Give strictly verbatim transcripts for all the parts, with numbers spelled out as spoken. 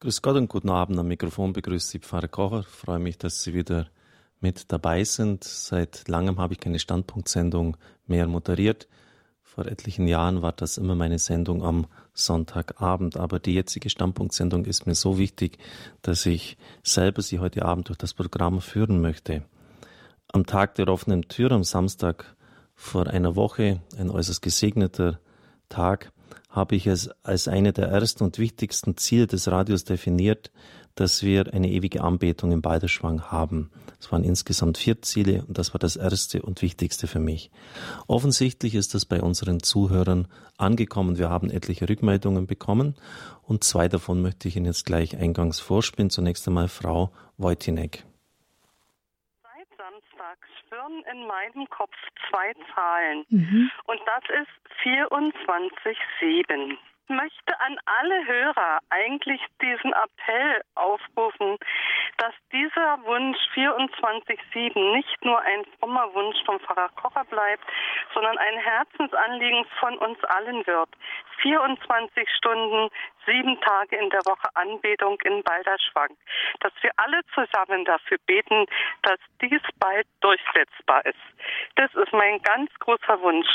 Grüß Gott und guten Abend. Am Mikrofon begrüßt Sie Pfarrer Kocher. Ich freue mich, dass Sie wieder mit dabei sind. Seit langem habe ich keine Standpunktsendung mehr moderiert. Vor etlichen Jahren war das immer meine Sendung am Sonntagabend. Aber die jetzige Standpunktsendung ist mir so wichtig, dass ich selber Sie heute Abend durch das Programm führen möchte. Am Tag der offenen Tür, am Samstag vor einer Woche, ein äußerst gesegneter Tag, habe ich es als eine der ersten und wichtigsten Ziele des Radios definiert, dass wir eine ewige Anbetung im Balderschwang haben. Es waren insgesamt vier Ziele und das war das erste und wichtigste für mich. Offensichtlich ist das bei unseren Zuhörern angekommen. Wir haben etliche Rückmeldungen bekommen und zwei davon möchte ich Ihnen jetzt gleich eingangs vorspielen. Zunächst einmal Frau Wojtinek. Seit Samstag schwirren in meinem Kopf zwei Zahlen Mhm. und das ist vierundzwanzig sieben. Ich möchte an alle Hörer eigentlich diesen Appell aufrufen, dass dieser Wunsch vierundzwanzig sieben nicht nur ein frommer Wunsch vom Pfarrer Kocher bleibt, sondern ein Herzensanliegen von uns allen wird. vierundzwanzig Stunden, sieben Tage in der Woche Anbetung in Balderschwang. Dass wir alle zusammen dafür beten, dass dies bald durchsetzbar ist. Das ist mein ganz großer Wunsch.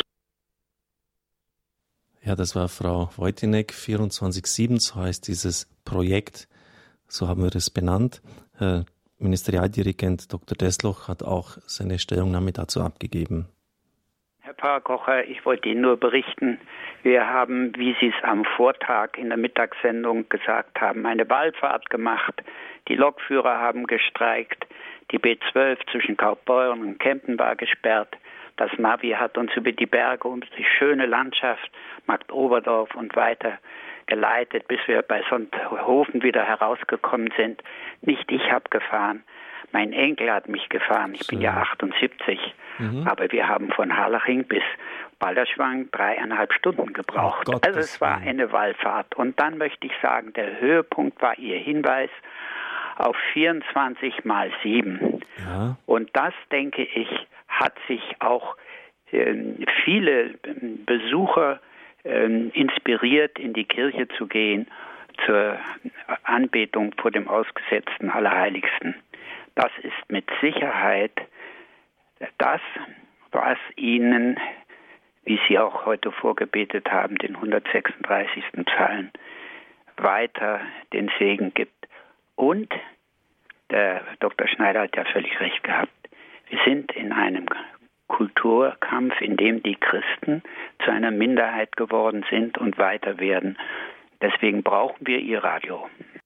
Ja, das war Frau Wojtinek, vierundzwanzig sieben, so heißt dieses Projekt, so haben wir es benannt. Herr Ministerialdirigent Doktor Desloch hat auch seine Stellungnahme dazu abgegeben. Herr Pfarrer Kocher, ich wollte Ihnen nur berichten, wir haben, wie Sie es am Vortag in der Mittagssendung gesagt haben, eine Wallfahrt gemacht. Die Lokführer haben gestreikt, die B zwölf zwischen Kaufbeuren und Kempen war gesperrt. Das Navi hat uns über die Berge und die schöne Landschaft, Marktoberdorf und weiter geleitet, bis wir bei Sonthofen wieder herausgekommen sind. Nicht ich habe gefahren, mein Enkel hat mich gefahren. Ich so. bin ja achtundsiebzig, mhm. aber wir haben von Harlaching bis Balderschwang dreieinhalb Stunden gebraucht. Oh Gott, also es war eine Wallfahrt. Und dann möchte ich sagen, der Höhepunkt war Ihr Hinweis auf vierundzwanzig mal sieben. Ja. Und das, denke ich, hat sich auch äh, viele Besucher äh, inspiriert, in die Kirche zu gehen, zur Anbetung vor dem ausgesetzten Allerheiligsten. Das ist mit Sicherheit das, was Ihnen, wie Sie auch heute vorgebetet haben, den hundertsechsunddreißigsten Psalm, weiter den Segen gibt. Und der Doktor Schneider hat ja völlig recht gehabt. Wir sind in einem Kulturkampf, in dem die Christen zu einer Minderheit geworden sind und weiter werden. Deswegen brauchen wir Ihr Radio.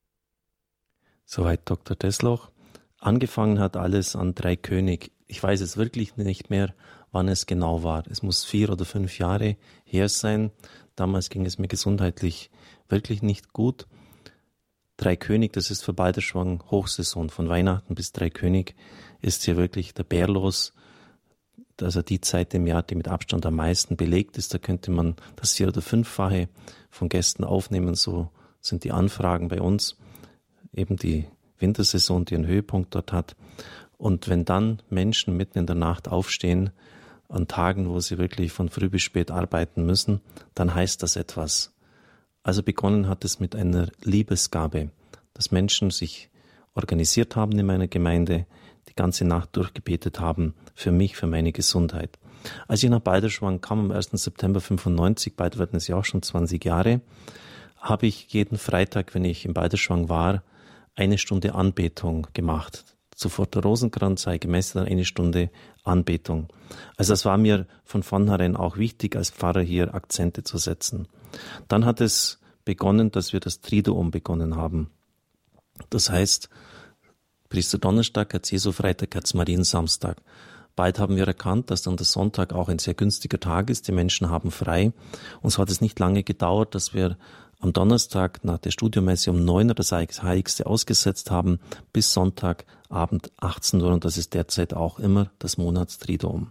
Soweit Doktor Desloch. Angefangen hat alles an Dreikönig. Ich weiß es wirklich nicht mehr, wann es genau war. Es muss vier oder fünf Jahre her sein. Damals ging es mir gesundheitlich wirklich nicht gut. Dreikönig, das ist für Balderschwang Hochsaison. Von Weihnachten bis Dreikönig ist hier wirklich der Bär los. Also die Zeit im Jahr, die mit Abstand am meisten belegt ist. Da könnte man das vier- oder fünffache von Gästen aufnehmen. So sind die Anfragen bei uns. Eben die Wintersaison, die einen Höhepunkt dort hat. Und wenn dann Menschen mitten in der Nacht aufstehen, an Tagen, wo sie wirklich von früh bis spät arbeiten müssen, dann heißt das etwas. Also begonnen hat es mit einer Liebesgabe, dass Menschen sich organisiert haben in meiner Gemeinde, die ganze Nacht durchgebetet haben für mich, für meine Gesundheit. Als ich nach Balderschwang kam am ersten September fünfundneunzig, bald werden es ja auch schon zwanzig Jahre, habe ich jeden Freitag, wenn ich in Balderschwang war, eine Stunde Anbetung gemacht. Zuvor der Rosenkranz sei gemessen, dann eine Stunde Anbetung. Also das war mir von vornherein auch wichtig, als Pfarrer hier Akzente zu setzen. Dann hat es begonnen, dass wir das Triduum begonnen haben. Das heißt, Priester Donnerstag, Herz Jesu Freitag, Herz Marien Samstag. Bald haben wir erkannt, dass dann der Sonntag auch ein sehr günstiger Tag ist. Die Menschen haben frei. Und so hat es nicht lange gedauert, dass wir am Donnerstag nach der Studiomesse um neun Uhr das Heiligste ausgesetzt haben, bis Sonntagabend achtzehn Uhr. Und das ist derzeit auch immer das Monatstriduum.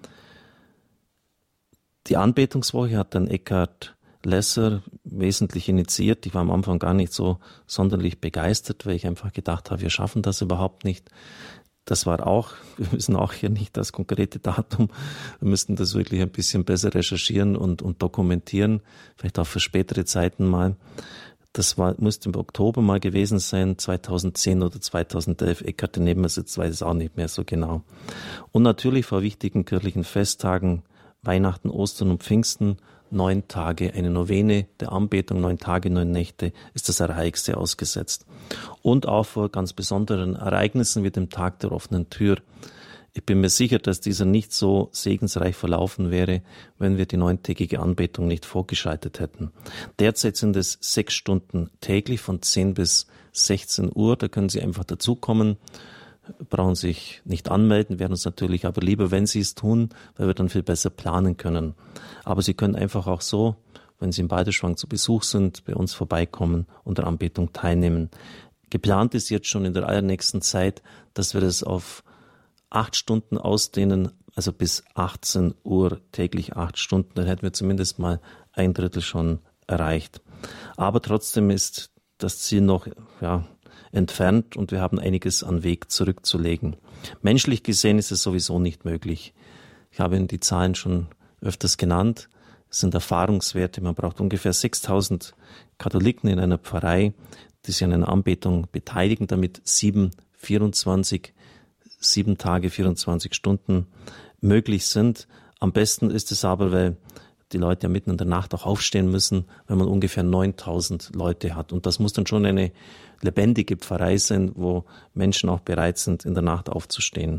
Die Anbetungswoche hat dann Eckhard Lesser wesentlich initiiert. Ich war am Anfang gar nicht so sonderlich begeistert, weil ich einfach gedacht habe, wir schaffen das überhaupt nicht. Das war auch, wir müssen auch hier nicht das konkrete Datum, wir müssten das wirklich ein bisschen besser recherchieren und, und dokumentieren, vielleicht auch für spätere Zeiten mal. Das war, musste im Oktober mal gewesen sein, zweitausendzehn oder zweitausendelf. Eckart, der neben mir sitzt, weiß es auch nicht mehr so genau. Und natürlich vor wichtigen kirchlichen Festtagen, Weihnachten, Ostern und Pfingsten, neun Tage, eine Novene der Anbetung, neun Tage, neun Nächte, ist das Allerheiligste ausgesetzt. Und auch vor ganz besonderen Ereignissen wie dem Tag der offenen Tür. Ich bin mir sicher, dass dieser nicht so segensreich verlaufen wäre, wenn wir die neuntägige Anbetung nicht vorgeschaltet hätten. Derzeit sind es sechs Stunden täglich von zehn bis sechzehn Uhr. Da können Sie einfach dazukommen, brauchen sich nicht anmelden, wären uns natürlich aber lieber, wenn Sie es tun, weil wir dann viel besser planen können. Aber Sie können einfach auch so, wenn Sie in Balderschwang zu Besuch sind, bei uns vorbeikommen und der Anbetung teilnehmen. Geplant ist jetzt schon in der allernächsten Zeit, dass wir das auf acht Stunden ausdehnen, also bis achtzehn Uhr täglich acht Stunden, dann hätten wir zumindest mal ein Drittel schon erreicht. Aber trotzdem ist das Ziel noch ja, entfernt und wir haben einiges an Weg zurückzulegen. Menschlich gesehen ist es sowieso nicht möglich. Ich habe Ihnen die Zahlen schon öfters genannt. Es sind Erfahrungswerte. Man braucht ungefähr sechstausend Katholiken in einer Pfarrei, die sich an einer Anbetung beteiligen, damit sieben, vierundzwanzig sieben Tage, vierundzwanzig Stunden möglich sind. Am besten ist es aber, weil die Leute ja mitten in der Nacht auch aufstehen müssen, wenn man ungefähr neuntausend Leute hat. Und das muss dann schon eine lebendige Pfarrei sein, wo Menschen auch bereit sind, in der Nacht aufzustehen.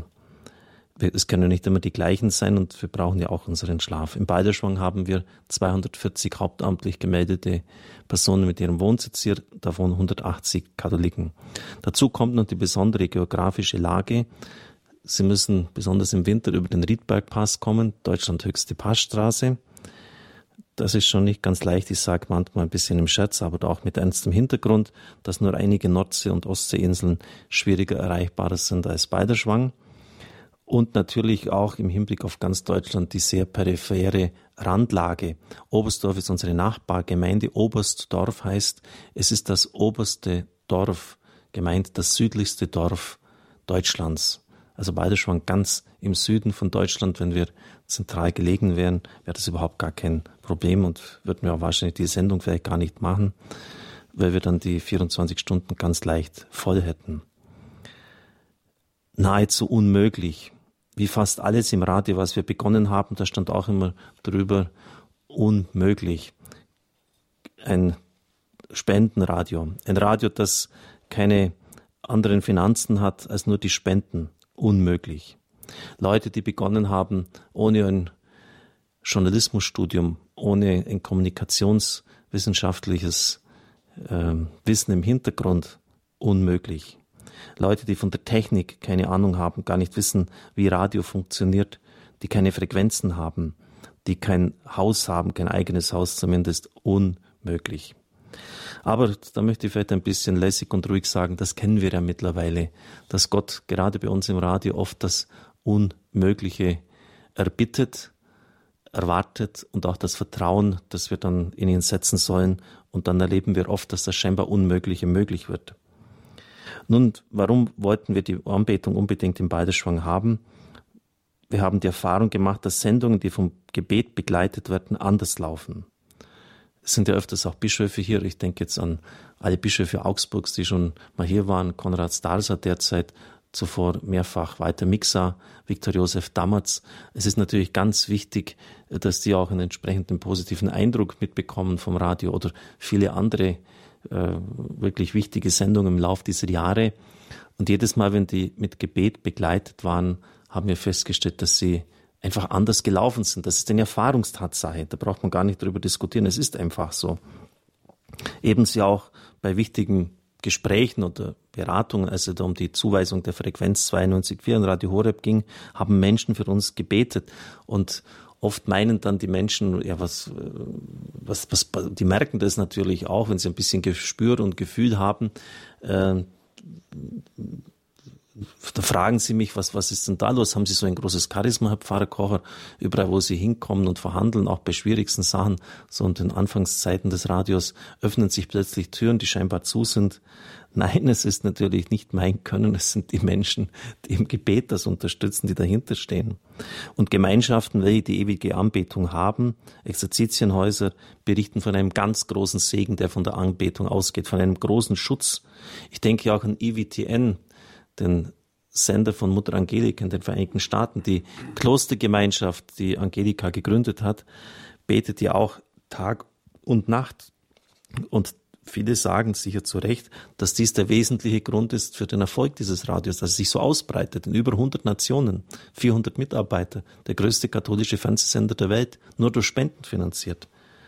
Es können nicht immer die gleichen sein und wir brauchen ja auch unseren Schlaf. In Balderschwang haben wir zweihundertvierzig hauptamtlich gemeldete Personen mit ihrem Wohnsitz hier, davon hundertachtzig Katholiken. Dazu kommt noch die besondere geografische Lage. Sie müssen besonders im Winter über den Riedbergpass kommen, Deutschland höchste Passstraße. Das ist schon nicht ganz leicht, ich sage manchmal ein bisschen im Scherz, aber auch mit ernstem Hintergrund, dass nur einige Nordsee- und Ostseeinseln schwieriger erreichbar sind als Balderschwang. Und natürlich auch im Hinblick auf ganz Deutschland die sehr periphere Randlage. Oberstdorf ist unsere Nachbargemeinde. Oberstdorf heißt, es ist das oberste Dorf, gemeint das südlichste Dorf Deutschlands. Also Balderschwang ganz im Süden von Deutschland. Wenn wir zentral gelegen wären, wäre das überhaupt gar kein Problem und würden wir auch wahrscheinlich die Sendung vielleicht gar nicht machen, weil wir dann die vierundzwanzig Stunden ganz leicht voll hätten. Nahezu unmöglich. Wie fast alles im Radio, was wir begonnen haben, da stand auch immer drüber, unmöglich. Ein Spendenradio, ein Radio, das keine anderen Finanzen hat als nur die Spenden, unmöglich. Leute, die begonnen haben, ohne ein Journalismusstudium, ohne ein kommunikationswissenschaftliches äh, Wissen im Hintergrund, unmöglich. Leute, die von der Technik keine Ahnung haben, gar nicht wissen, wie Radio funktioniert, die keine Frequenzen haben, die kein Haus haben, kein eigenes Haus zumindest, unmöglich. Aber da möchte ich vielleicht ein bisschen lässig und ruhig sagen, das kennen wir ja mittlerweile, dass Gott gerade bei uns im Radio oft das Unmögliche erbittet, erwartet und auch das Vertrauen, das wir dann in ihn setzen sollen. Und dann erleben wir oft, dass das scheinbar Unmögliche möglich wird. Nun, warum wollten wir die Anbetung unbedingt in Balderschwang haben? Wir haben die Erfahrung gemacht, dass Sendungen, die vom Gebet begleitet werden, anders laufen. Es sind ja öfters auch Bischöfe hier. Ich denke jetzt an alle Bischöfe Augsburgs, die schon mal hier waren. Konrad Stalser derzeit, zuvor mehrfach Walter Miksa, Viktor Josef Dammertz. Es ist natürlich ganz wichtig, dass die auch einen entsprechenden positiven Eindruck mitbekommen vom Radio oder viele andere äh, wirklich wichtige Sendungen im Lauf dieser Jahre. Und jedes Mal, wenn die mit Gebet begleitet waren, haben wir festgestellt, dass sie einfach anders gelaufen sind. Das ist eine Erfahrungstatsache. Da braucht man gar nicht drüber diskutieren. Es ist einfach so. Ebenso auch bei wichtigen Gesprächen oder Beratungen, als es da um die Zuweisung der Frequenz zweiundneunzig Komma vier an Radio Horeb ging, haben Menschen für uns gebetet. Und oft meinen dann die Menschen, ja, was, was, was, die merken das natürlich auch, wenn sie ein bisschen Gespür und Gefühl haben, äh, da fragen sie mich, was, was ist denn da los? Haben Sie so ein großes Charisma, Herr Pfarrer Kocher? Überall, wo Sie hinkommen und verhandeln, auch bei schwierigsten Sachen, so in den Anfangszeiten des Radios, öffnen sich plötzlich Türen, die scheinbar zu sind. Nein, es ist natürlich nicht mein Können, es sind die Menschen, die im Gebet das unterstützen, die dahinter stehen. Und Gemeinschaften, welche die ewige Anbetung haben, Exerzitienhäuser, berichten von einem ganz großen Segen, der von der Anbetung ausgeht, von einem großen Schutz. Ich denke auch an E W T N, den Sender von Mutter Angelika in den Vereinigten Staaten. Die Klostergemeinschaft, die Angelika gegründet hat, betet ja auch Tag und Nacht. Und viele sagen sicher zu Recht, dass dies der wesentliche Grund ist für den Erfolg dieses Radios, dass es sich so ausbreitet in über hundert Nationen, vierhundert Mitarbeiter, der größte katholische Fernsehsender der Welt, nur durch Spenden finanziert.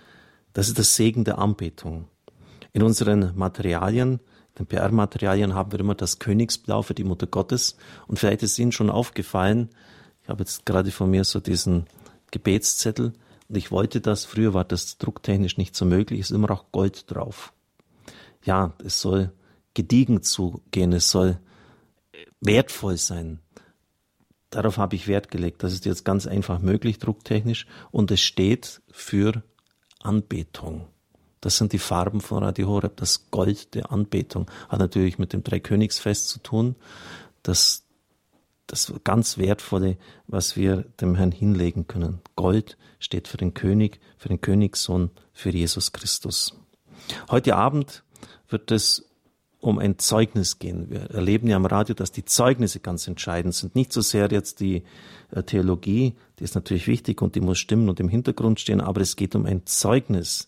Das ist das Segen der Anbetung. In unseren Materialien, den P R-Materialien, haben wir immer das Königsblau für die Mutter Gottes. Und vielleicht ist Ihnen schon aufgefallen, ich habe jetzt gerade von mir so diesen Gebetszettel und ich wollte das, früher war das drucktechnisch nicht so möglich, ist immer auch Gold drauf. Ja, es soll gediegen zugehen, es soll wertvoll sein. Darauf habe ich Wert gelegt. Das ist jetzt ganz einfach möglich, drucktechnisch. Und es steht für Anbetung. Das sind die Farben von Radio Horeb, das Gold der Anbetung. Hat natürlich mit dem Dreikönigsfest zu tun. Das, das ganz Wertvolle, was wir dem Herrn hinlegen können. Gold steht für den König, für den Königssohn, für Jesus Christus. Heute Abend wird es um ein Zeugnis gehen. Wir erleben ja am Radio, dass die Zeugnisse ganz entscheidend sind. Nicht so sehr jetzt die Theologie, die ist natürlich wichtig und die muss stimmen und im Hintergrund stehen, aber es geht um ein Zeugnis.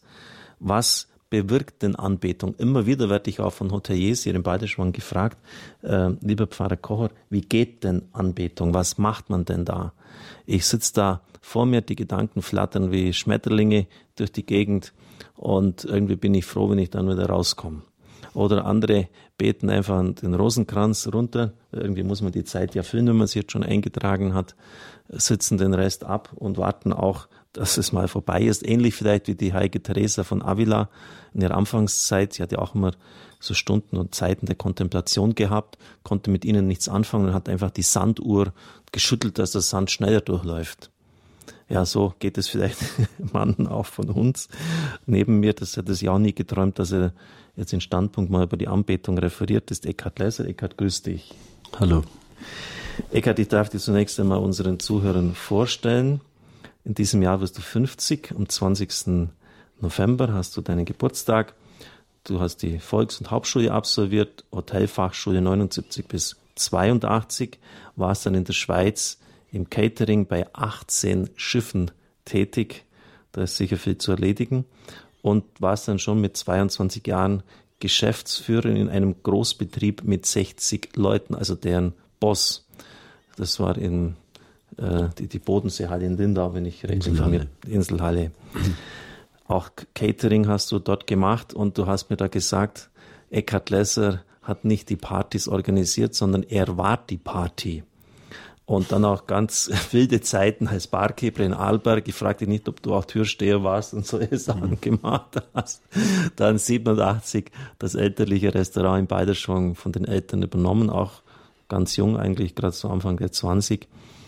Was bewirkt denn Anbetung? Immer wieder werde ich auch von Hoteliers hier in Balderschwang gefragt, äh, lieber Pfarrer Kocher, wie geht denn Anbetung? Was macht man denn da? Ich sitze da vor mir, die Gedanken flattern wie Schmetterlinge durch die Gegend und irgendwie bin ich froh, wenn ich dann wieder rauskomme. Oder andere beten einfach den Rosenkranz runter. Irgendwie muss man die Zeit ja füllen, wenn man es jetzt schon eingetragen hat, sitzen den Rest ab und warten auch, dass es mal vorbei ist. Ähnlich vielleicht wie die heilige Teresa von Avila in ihrer Anfangszeit. Sie hat ja auch immer so Stunden und Zeiten der Kontemplation gehabt, konnte mit ihnen nichts anfangen und hat einfach die Sanduhr geschüttelt, dass der Sand schneller durchläuft. Ja, so geht es vielleicht Mann auch von uns. Neben mir, das hat es ja auch nie geträumt, dass er jetzt in Standpunkt mal über die Anbetung referiert, ist Eckhard Lesser. Eckhard, grüß dich. Hallo. Eckhard, ich darf dir zunächst einmal unseren Zuhörern vorstellen. In diesem Jahr wirst du fünfzig. Am zwanzigsten November hast du deinen Geburtstag. Du hast die Volks- und Hauptschule absolviert, Hotelfachschule neunundsiebzig bis zweiundachtzig, warst dann in der Schweiz im Catering bei achtzehn Schiffen tätig. Da ist sicher viel zu erledigen. Und warst dann schon mit zweiundzwanzig Jahren Geschäftsführerin in einem Großbetrieb mit sechzig Leuten, also deren Boss. Das war in äh, die, die Bodenseehalle in Lindau, wenn ich recht informiert bin. Inselhalle. Auch Catering hast du dort gemacht und du hast mir da gesagt, Eckhard Lesser hat nicht die Partys organisiert, sondern er war die Party. Und dann auch ganz wilde Zeiten als Barkeeper in Arlberg. Ich fragte nicht, ob du auch Türsteher warst und solche Sachen gemacht hast. Dann siebenundachtzig das elterliche Restaurant in Balderschwang von den Eltern übernommen, auch ganz jung eigentlich, gerade so Anfang der zwanzig.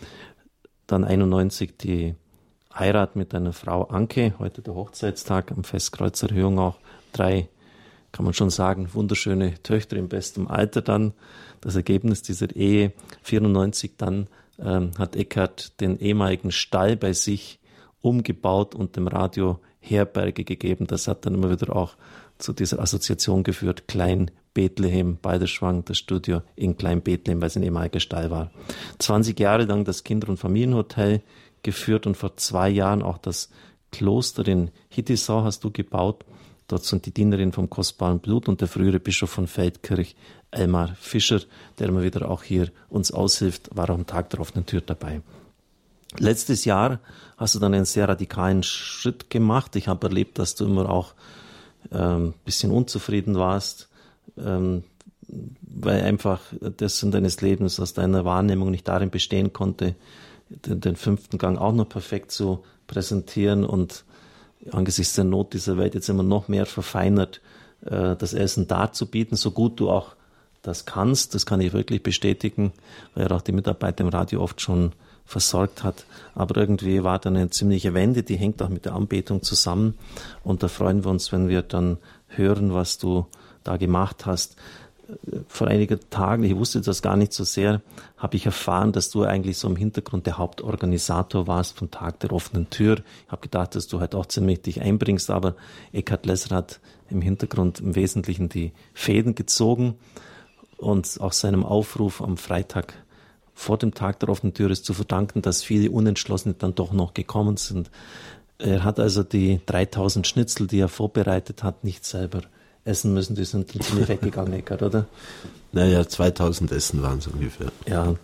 Dann einundneunzig die Heirat mit deiner Frau Anke, heute der Hochzeitstag am Festkreuzerhöhung auch. Drei, kann man schon sagen, wunderschöne Töchter im besten Alter dann. Das Ergebnis dieser Ehe, vierundneunzig dann, ähm, hat Eckhard den ehemaligen Stall bei sich umgebaut und dem Radio Herberge gegeben. Das hat dann immer wieder auch zu dieser Assoziation geführt, Klein Bethlehem, Balderschwang, das Studio in Klein Bethlehem, weil es ein ehemaliger Stall war. zwanzig Jahre lang das Kinder- und Familienhotel geführt und vor zwei Jahren auch das Kloster in Hittisau hast du gebaut. Dort sind die Dienerin vom kostbaren Blut und der frühere Bischof von Feldkirch, Elmar Fischer, der immer wieder auch hier uns aushilft, war am Tag der offenen Tür dabei. Letztes Jahr hast du dann einen sehr radikalen Schritt gemacht. Ich habe erlebt, dass du immer auch ein ähm, bisschen unzufrieden warst, ähm, weil einfach das in deines Lebens aus deiner Wahrnehmung nicht darin bestehen konnte, den, den fünften Gang auch noch perfekt zu präsentieren und angesichts der Not dieser Welt jetzt immer noch mehr verfeinert, äh, das Essen darzubieten, so gut du auch das kannst. Das kann ich wirklich bestätigen, weil er auch die Mitarbeiter im Radio oft schon versorgt hat. Aber irgendwie war dann eine ziemliche Wende, die hängt auch mit der Anbetung zusammen. Und da freuen wir uns, wenn wir dann hören, was du da gemacht hast. Vor einigen Tagen, ich wusste das gar nicht so sehr, habe ich erfahren, dass du eigentlich so im Hintergrund der Hauptorganisator warst vom Tag der offenen Tür. Ich habe gedacht, dass du halt auch ziemlich dich einbringst, aber Eckhard Lesser hat im Hintergrund im Wesentlichen die Fäden gezogen und auch seinem Aufruf am Freitag vor dem Tag der offenen Tür ist zu verdanken, dass viele Unentschlossene dann doch noch gekommen sind. Er hat also die dreitausend Schnitzel, die er vorbereitet hat, nicht selber essen müssen, die sind ziemlich weggegangen, Eckhard, oder? Naja, zweitausend Essen waren es ungefähr. Ja.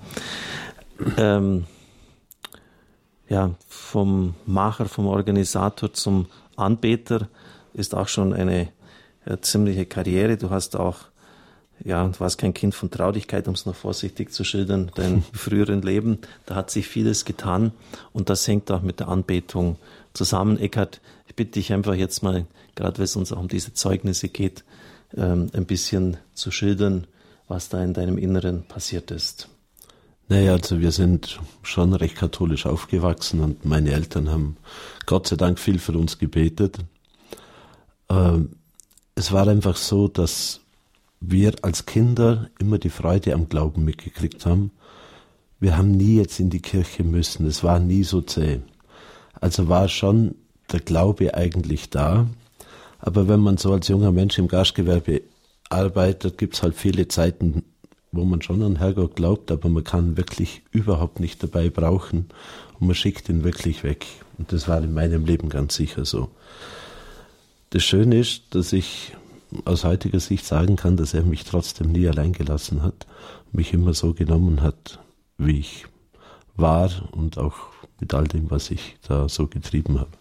Ähm, ja, vom Macher, vom Organisator zum Anbeter ist auch schon eine ja, ziemliche Karriere. Du hast auch, ja, du warst kein Kind von Traurigkeit, um es noch vorsichtig zu schildern, dein früheren Leben. Da hat sich vieles getan und das hängt auch mit der Anbetung zusammen. Eckhard, ich bitte dich einfach jetzt mal, gerade wenn es uns auch um diese Zeugnisse geht, ähm, ein bisschen zu schildern, was da in deinem Inneren passiert ist. Naja, also wir sind schon recht katholisch aufgewachsen und meine Eltern haben Gott sei Dank viel für uns gebetet. Ähm, es war einfach so, dass wir als Kinder immer die Freude am Glauben mitgekriegt haben. Wir haben nie jetzt in die Kirche müssen, es war nie so zäh. Also war schon der Glaube eigentlich da. Aber wenn man so als junger Mensch im Gastgewerbe arbeitet, gibt es halt viele Zeiten, wo man schon an Herrgott glaubt, aber man kann wirklich überhaupt nicht dabei brauchen und man schickt ihn wirklich weg. Und das war in meinem Leben ganz sicher so. Das Schöne ist, dass ich aus heutiger Sicht sagen kann, dass er mich trotzdem nie allein gelassen hat, mich immer so genommen hat, wie ich war und auch mit all dem, was ich da so getrieben habe.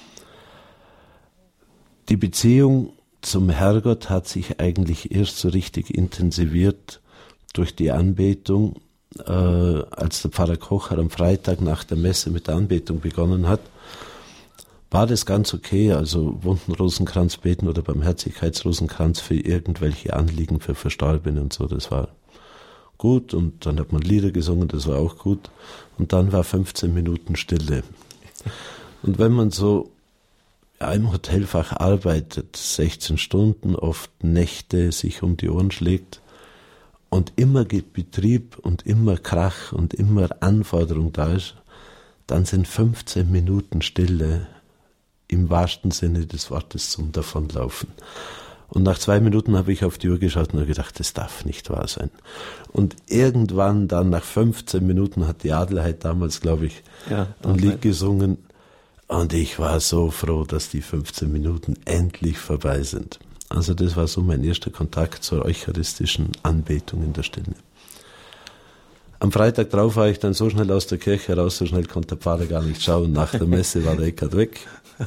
Die Beziehung zum Herrgott hat sich eigentlich erst so richtig intensiviert durch die Anbetung, äh, als der Pfarrer Kocher am Freitag nach der Messe mit der Anbetung begonnen hat. War das ganz okay, also Wundenrosenkranz beten oder Barmherzigkeitsrosenkranz für irgendwelche Anliegen für Verstorbene und so, das war gut und dann hat man Lieder gesungen, das war auch gut und dann war fünfzehn Minuten Stille. Und wenn man so im Hotelfach arbeitet, sechzehn Stunden, oft Nächte sich um die Ohren schlägt und immer Betrieb und immer Krach und immer Anforderung da ist, dann sind fünfzehn Minuten Stille im wahrsten Sinne des Wortes zum Davonlaufen. Und nach zwei Minuten habe ich auf die Uhr geschaut und habe gedacht, das darf nicht wahr sein. Und irgendwann dann nach fünfzehn Minuten hat die Adelheid damals, glaube ich, ja, ein Lied gesungen. Und ich war so froh, dass die fünfzehn Minuten endlich vorbei sind. Also das war so mein erster Kontakt zur eucharistischen Anbetung in der Stille. Am Freitag drauf war ich dann so schnell aus der Kirche raus, so schnell konnte der Pfarrer gar nicht schauen. Nach der Messe war der Eckhard weg.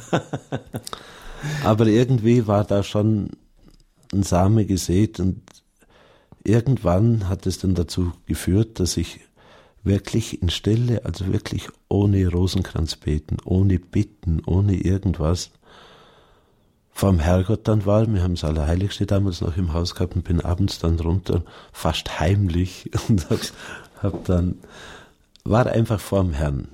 Aber irgendwie war da schon ein Same gesät und irgendwann hat es dann dazu geführt, dass ich wirklich in Stille, also wirklich ohne Rosenkranz beten, ohne Bitten, ohne irgendwas, vorm Herrgott dann war. Wir haben das Allerheiligste damals noch im Haus gehabt und bin abends dann runter, fast heimlich, und hab, hab dann, war einfach vorm Herrn.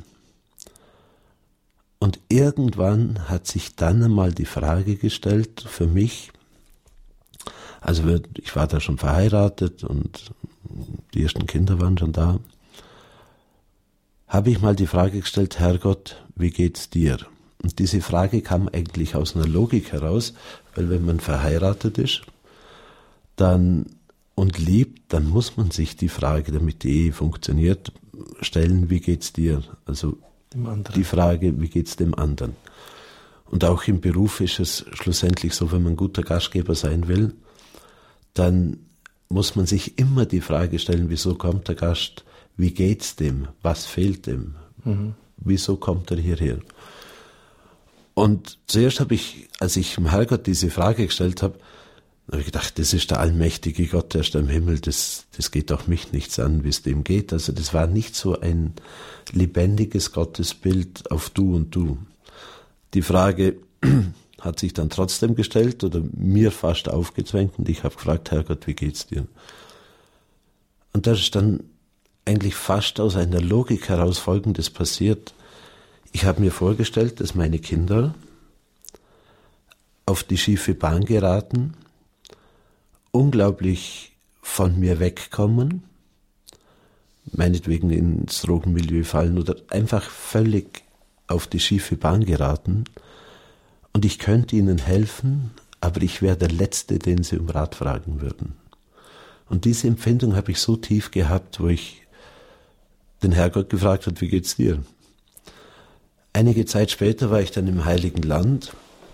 Und irgendwann hat sich dann einmal die Frage gestellt für mich, also ich war da schon verheiratet und die ersten Kinder waren schon da, habe ich mal die Frage gestellt, Herrgott, wie geht's dir? Und diese Frage kam eigentlich aus einer Logik heraus, weil wenn man verheiratet ist dann und liebt, dann muss man sich die Frage, damit die Ehe funktioniert, stellen, wie geht's dir? Also die Frage, wie geht's dem anderen? Und auch im Beruf ist es schlussendlich so, wenn man ein guter Gastgeber sein will, dann muss man sich immer die Frage stellen, wieso kommt der Gast? Wie geht's dem? Was fehlt dem? Mhm. Wieso kommt er hierher? Und zuerst habe ich, als ich dem Herrgott diese Frage gestellt habe, habe ich gedacht, das ist der allmächtige Gott, der ist im Himmel, das, das geht auch mich nichts an, wie es dem geht. Also das war nicht so ein lebendiges Gottesbild auf Du und Du. Die Frage hat sich dann trotzdem gestellt oder mir fast aufgezwängt und ich habe gefragt, Herrgott, wie geht's dir? Und da ist dann eigentlich fast aus einer Logik heraus Folgendes passiert. Ich habe mir vorgestellt, dass meine Kinder auf die schiefe Bahn geraten, unglaublich von mir wegkommen, meinetwegen ins Drogenmilieu fallen oder einfach völlig auf die schiefe Bahn geraten und ich könnte ihnen helfen, aber ich wäre der Letzte, den sie um Rat fragen würden. Und diese Empfindung habe ich so tief gehabt, wo ich den Herrgott gefragt habe, wie geht's dir? Einige Zeit später war ich dann im Heiligen Land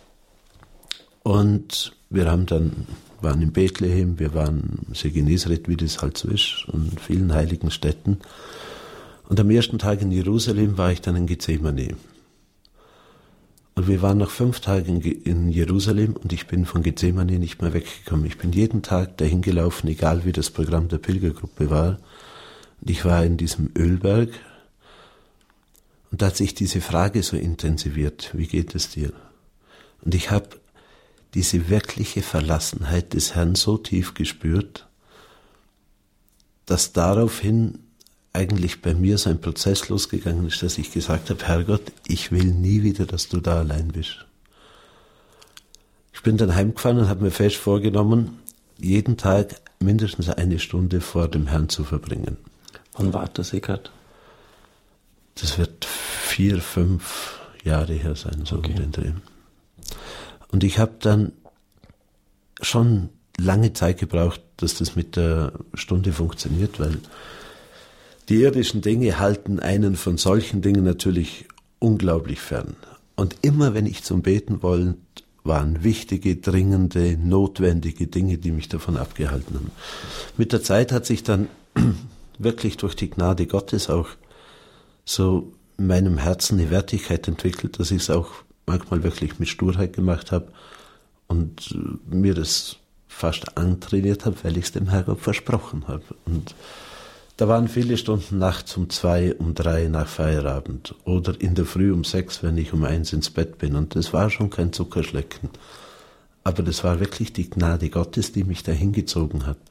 und wir haben dann, waren in Bethlehem, wir waren in Genesareth, wie das halt so ist, und vielen heiligen Städten. Und am ersten Tag in Jerusalem war ich dann in Gethsemane. Und wir waren nach fünf Tagen in Jerusalem und ich bin von Gethsemane nicht mehr weggekommen. Ich bin jeden Tag dahin gelaufen, egal wie das Programm der Pilgergruppe war. Und ich war in diesem Ölberg und da hat sich diese Frage so intensiviert, wie geht es dir? Und ich habe diese wirkliche Verlassenheit des Herrn so tief gespürt, dass daraufhin eigentlich bei mir so ein Prozess losgegangen ist, dass ich gesagt habe, Herrgott, ich will nie wieder, dass du da allein bist. Ich bin dann heimgefahren und habe mir fest vorgenommen, jeden Tag mindestens eine Stunde vor dem Herrn zu verbringen. Wann war das, Eckhard? Das wird vier, fünf Jahre her sein, so okay. Um den Dreh. Und ich habe dann schon lange Zeit gebraucht, dass das mit der Stunde funktioniert, weil die irdischen Dinge halten einen von solchen Dingen natürlich unglaublich fern. Und immer wenn ich zum Beten wollte, waren wichtige, dringende, notwendige Dinge, die mich davon abgehalten haben. Mit der Zeit hat sich dann wirklich durch die Gnade Gottes auch so in meinem Herzen eine Wertigkeit entwickelt, dass ich es auch manchmal wirklich mit Sturheit gemacht habe und mir das fast antrainiert habe, weil ich es dem Herrgott versprochen habe. Und da waren viele Stunden nachts um zwei, um drei nach Feierabend oder in der Früh um sechs, wenn ich um eins ins Bett bin. Und das war schon kein Zuckerschlecken. Aber das war wirklich die Gnade Gottes, die mich da hingezogen hat.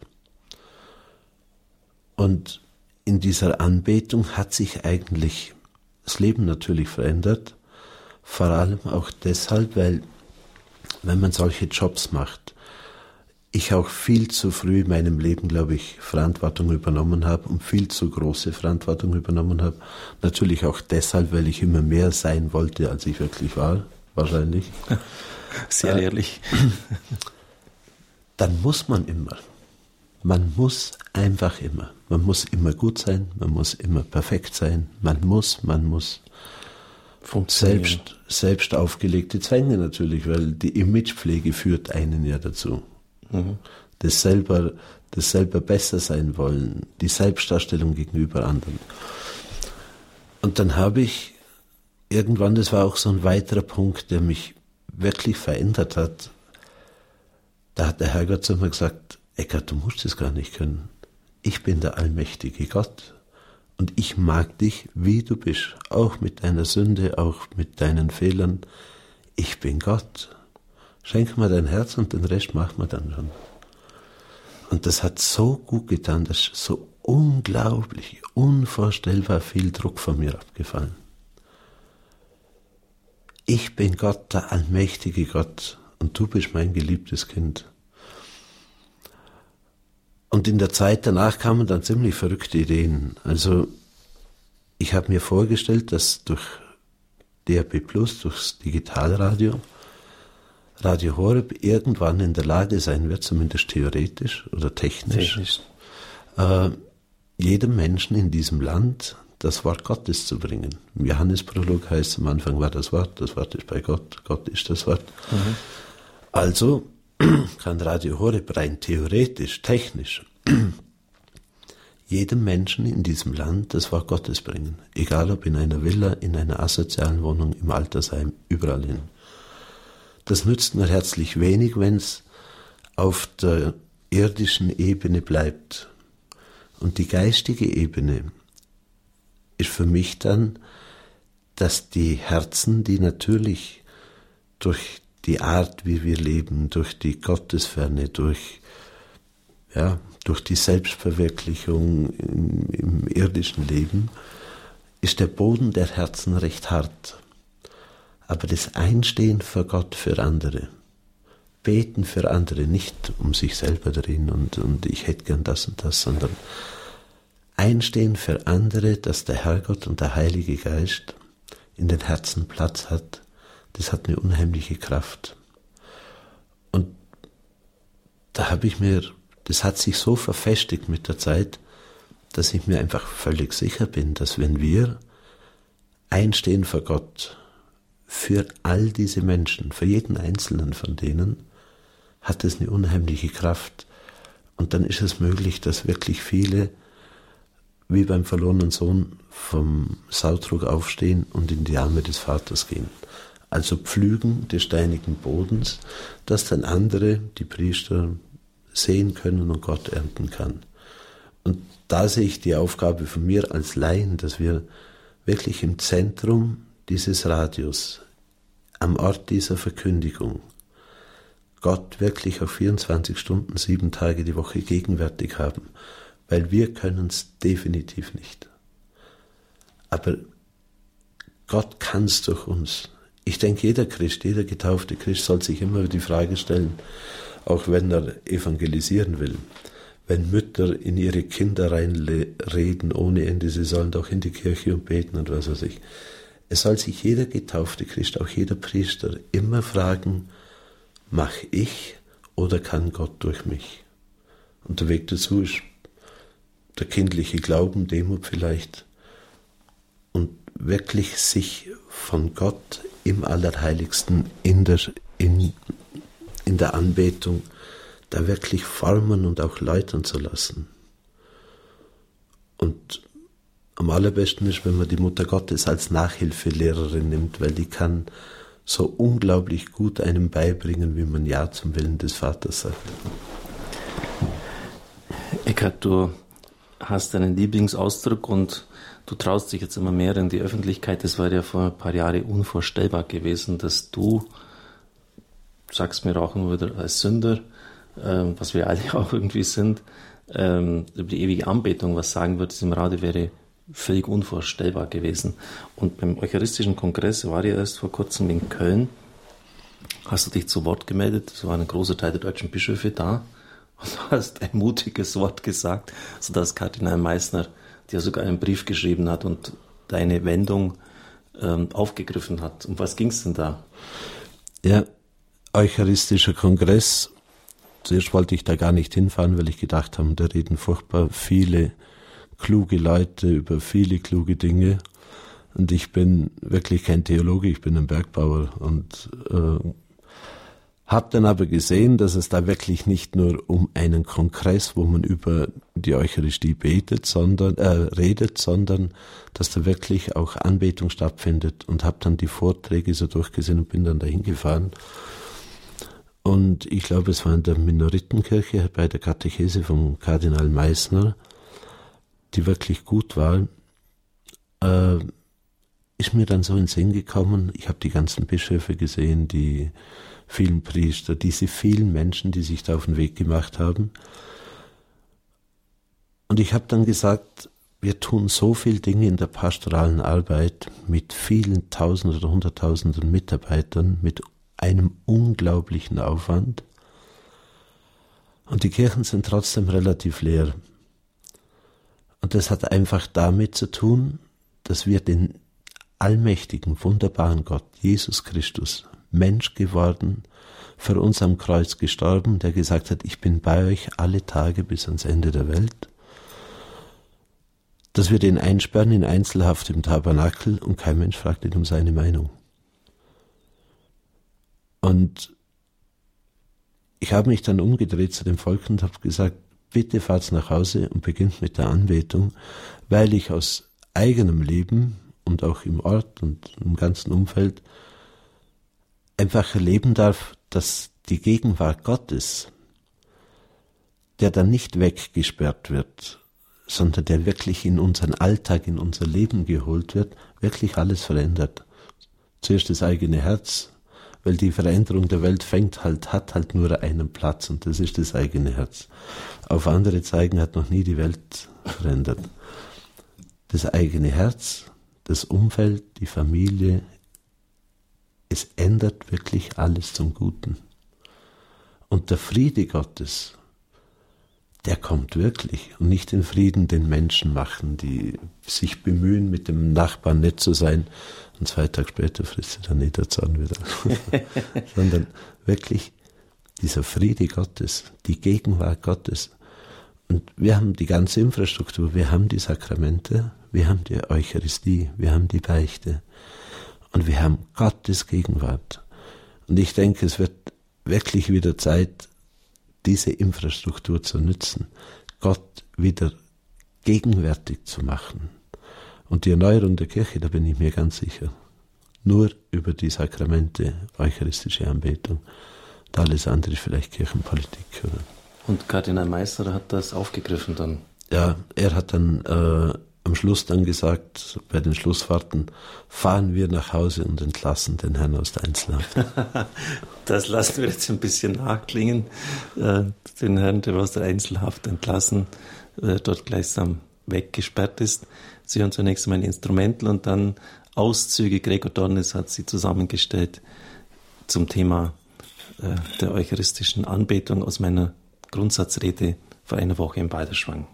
Und in dieser Anbetung hat sich eigentlich das Leben natürlich verändert. Vor allem auch deshalb, weil, wenn man solche Jobs macht, ich auch viel zu früh in meinem Leben, glaube ich, Verantwortung übernommen habe und viel zu große Verantwortung übernommen habe. Natürlich auch deshalb, weil ich immer mehr sein wollte, als ich wirklich war, wahrscheinlich. Sehr ehrlich. Dann muss man immer. Man muss einfach immer. Man muss immer gut sein, man muss immer perfekt sein. Man muss, man muss. Selbst, selbst aufgelegte Zwänge natürlich, weil die Imagepflege führt einen ja dazu. Mhm. Das selber, das selber besser sein wollen, die Selbstdarstellung gegenüber anderen. Und dann habe ich irgendwann, das war auch so ein weiterer Punkt, der mich wirklich verändert hat, da hat der Herrgott zu mir gesagt, Eckhard, du musst es gar nicht können. Ich bin der allmächtige Gott und ich mag dich, wie du bist, auch mit deiner Sünde, auch mit deinen Fehlern. Ich bin Gott. Schenk mir dein Herz und den Rest machen wir dann schon. Und das hat so gut getan, das ist so unglaublich, unvorstellbar viel Druck von mir abgefallen. Ich bin Gott, der allmächtige Gott, und du bist mein geliebtes Kind. Und in der Zeit danach kamen dann ziemlich verrückte Ideen. Also ich habe mir vorgestellt, dass durch D A B Plus, durchs Digitalradio, Radio Horeb irgendwann in der Lage sein wird, zumindest theoretisch oder technisch, technisch. Äh, jedem Menschen in diesem Land das Wort Gottes zu bringen. Im Johannesprolog heißt, am Anfang war das Wort, das Wort ist bei Gott, Gott ist das Wort. Mhm. Also kann Radio Horeb rein theoretisch, technisch jedem Menschen in diesem Land das Wort Gottes bringen. Egal ob in einer Villa, in einer asozialen Wohnung, im Altersheim, überall hin. Das nützt mir herzlich wenig, wenn es auf der irdischen Ebene bleibt. Und die geistige Ebene ist für mich dann, dass die Herzen, die natürlich durch die Art, wie wir leben, durch die Gottesferne, durch, ja, durch die Selbstverwirklichung im, im irdischen Leben, ist der Boden der Herzen recht hart. Aber das Einstehen vor Gott für andere, beten für andere, nicht um sich selber drehen und, und ich hätte gern das und das, sondern Einstehen für andere, dass der Herrgott und der Heilige Geist in den Herzen Platz hat, das hat eine unheimliche Kraft. Und da habe ich mir, das hat sich so verfestigt mit der Zeit, dass ich mir einfach völlig sicher bin, dass wenn wir einstehen vor Gott, für all diese Menschen, für jeden einzelnen von denen, hat es eine unheimliche Kraft. Und dann ist es möglich, dass wirklich viele, wie beim verlorenen Sohn, vom Sautrug aufstehen und in die Arme des Vaters gehen. Also pflügen des steinigen Bodens, dass dann andere, die Priester, sehen können und Gott ernten kann. Und da sehe ich die Aufgabe von mir als Laien, dass wir wirklich im Zentrum dieses Radius, am Ort dieser Verkündigung, Gott wirklich auf vierundzwanzig Stunden, sieben Tage die Woche gegenwärtig haben, weil wir können es definitiv nicht. Aber Gott kann es durch uns. Ich denke, jeder Christ, jeder getaufte Christ soll sich immer die Frage stellen, auch wenn er evangelisieren will, wenn Mütter in ihre Kinder reinreden ohne Ende, sie sollen doch in die Kirche und beten und was weiß ich. Es soll sich jeder getaufte Christ, auch jeder Priester, immer fragen, mache ich oder kann Gott durch mich? Und der Weg dazu ist der kindliche Glauben, Demut vielleicht, und wirklich sich von Gott im Allerheiligsten in der, in, in der Anbetung da wirklich formen und auch läutern zu lassen. Und am allerbesten ist, wenn man die Mutter Gottes als Nachhilfelehrerin nimmt, weil die kann so unglaublich gut einem beibringen, wie man Ja zum Willen des Vaters sagt. Eckhard, du hast einen Lieblingsausdruck und du traust dich jetzt immer mehr in die Öffentlichkeit. Das war ja vor ein paar Jahren unvorstellbar gewesen, dass du, sagst mir auch immer wieder als Sünder, ähm, was wir alle auch irgendwie sind, ähm, über die ewige Anbetung was sagen würdest im Radio, wäre völlig unvorstellbar gewesen. Und beim Eucharistischen Kongress war ja erst vor kurzem in Köln, hast du dich zu Wort gemeldet, es war ein großer Teil der deutschen Bischöfe da und du hast ein mutiges Wort gesagt, sodass Kardinal Meissner dir sogar einen Brief geschrieben hat und deine Wendung ähm, aufgegriffen hat. Um was ging es denn da? Ja, Eucharistischer Kongress. Zuerst wollte ich da gar nicht hinfahren, weil ich gedacht habe, da reden furchtbar viele kluge Leute über viele kluge Dinge. Und ich bin wirklich kein Theologe, ich bin ein Bergbauer. Und äh, habe dann aber gesehen, dass es da wirklich nicht nur um einen Kongress, wo man über die Eucharistie betet, sondern äh, redet, sondern dass da wirklich auch Anbetung stattfindet. Und habe dann die Vorträge so durchgesehen und bin dann dahin gefahren. Und ich glaube, es war in der Minoritenkirche bei der Katechese vom Kardinal Meissner, die wirklich gut war, äh, ist mir dann so in den Sinn gekommen, ich habe die ganzen Bischöfe gesehen, die vielen Priester, diese vielen Menschen, die sich da auf den Weg gemacht haben. Und ich habe dann gesagt, wir tun so viele Dinge in der pastoralen Arbeit mit vielen Tausenden oder Hunderttausenden Mitarbeitern, mit einem unglaublichen Aufwand. Und die Kirchen sind trotzdem relativ leer. Und das hat einfach damit zu tun, dass wir den allmächtigen, wunderbaren Gott, Jesus Christus, Mensch geworden, für uns am Kreuz gestorben, der gesagt hat, ich bin bei euch alle Tage bis ans Ende der Welt, dass wir den einsperren in Einzelhaft im Tabernakel und kein Mensch fragt ihn um seine Meinung. Und ich habe mich dann umgedreht zu dem Volk und habe gesagt, bitte fahrt nach Hause und beginnt mit der Anbetung, weil ich aus eigenem Leben und auch im Ort und im ganzen Umfeld einfach erleben darf, dass die Gegenwart Gottes, der dann nicht weggesperrt wird, sondern der wirklich in unseren Alltag, in unser Leben geholt wird, wirklich alles verändert. Zuerst das eigene Herz, weil die Veränderung der Welt fängt halt, hat halt nur einen Platz und das ist das eigene Herz. Auf andere zeigen hat noch nie die Welt verändert. Das eigene Herz, das Umfeld, die Familie, es ändert wirklich alles zum Guten. Und der Friede Gottes, der kommt wirklich und nicht den Frieden den Menschen machen, die sich bemühen, mit dem Nachbarn nett zu sein und zwei Tage später frisst er dann nicht der Zorn wieder. Sondern wirklich dieser Friede Gottes, die Gegenwart Gottes. Und wir haben die ganze Infrastruktur, wir haben die Sakramente, wir haben die Eucharistie, wir haben die Beichte und wir haben Gottes Gegenwart. Und ich denke, es wird wirklich wieder Zeit, diese Infrastruktur zu nutzen, Gott wieder gegenwärtig zu machen. Und die Erneuerung der Kirche, da bin ich mir ganz sicher, nur über die Sakramente, eucharistische Anbetung. Und alles andere ist vielleicht Kirchenpolitik. Oder? Und Kardinal Meißner hat das aufgegriffen dann? Ja, er hat dann äh, am Schluss dann gesagt, bei den Schlussfahrten, fahren wir nach Hause und entlassen den Herrn aus der Einzelhaft. Das lassen wir jetzt ein bisschen nachklingen. Äh, den Herrn, der aus der Einzelhaft entlassen, äh, dort gleichsam weggesperrt ist. Sie hören zunächst einmal ein Instrumental und dann Auszüge. Gregor Dornis hat sie zusammengestellt zum Thema äh, der eucharistischen Anbetung aus meiner Grundsatzrede vor einer Woche im Balderschwang.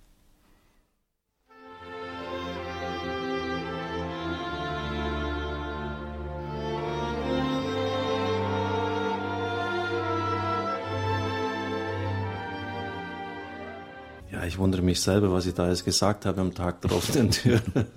Ja, ich wundere mich selber, was ich da alles gesagt habe am Tag der offenen Tür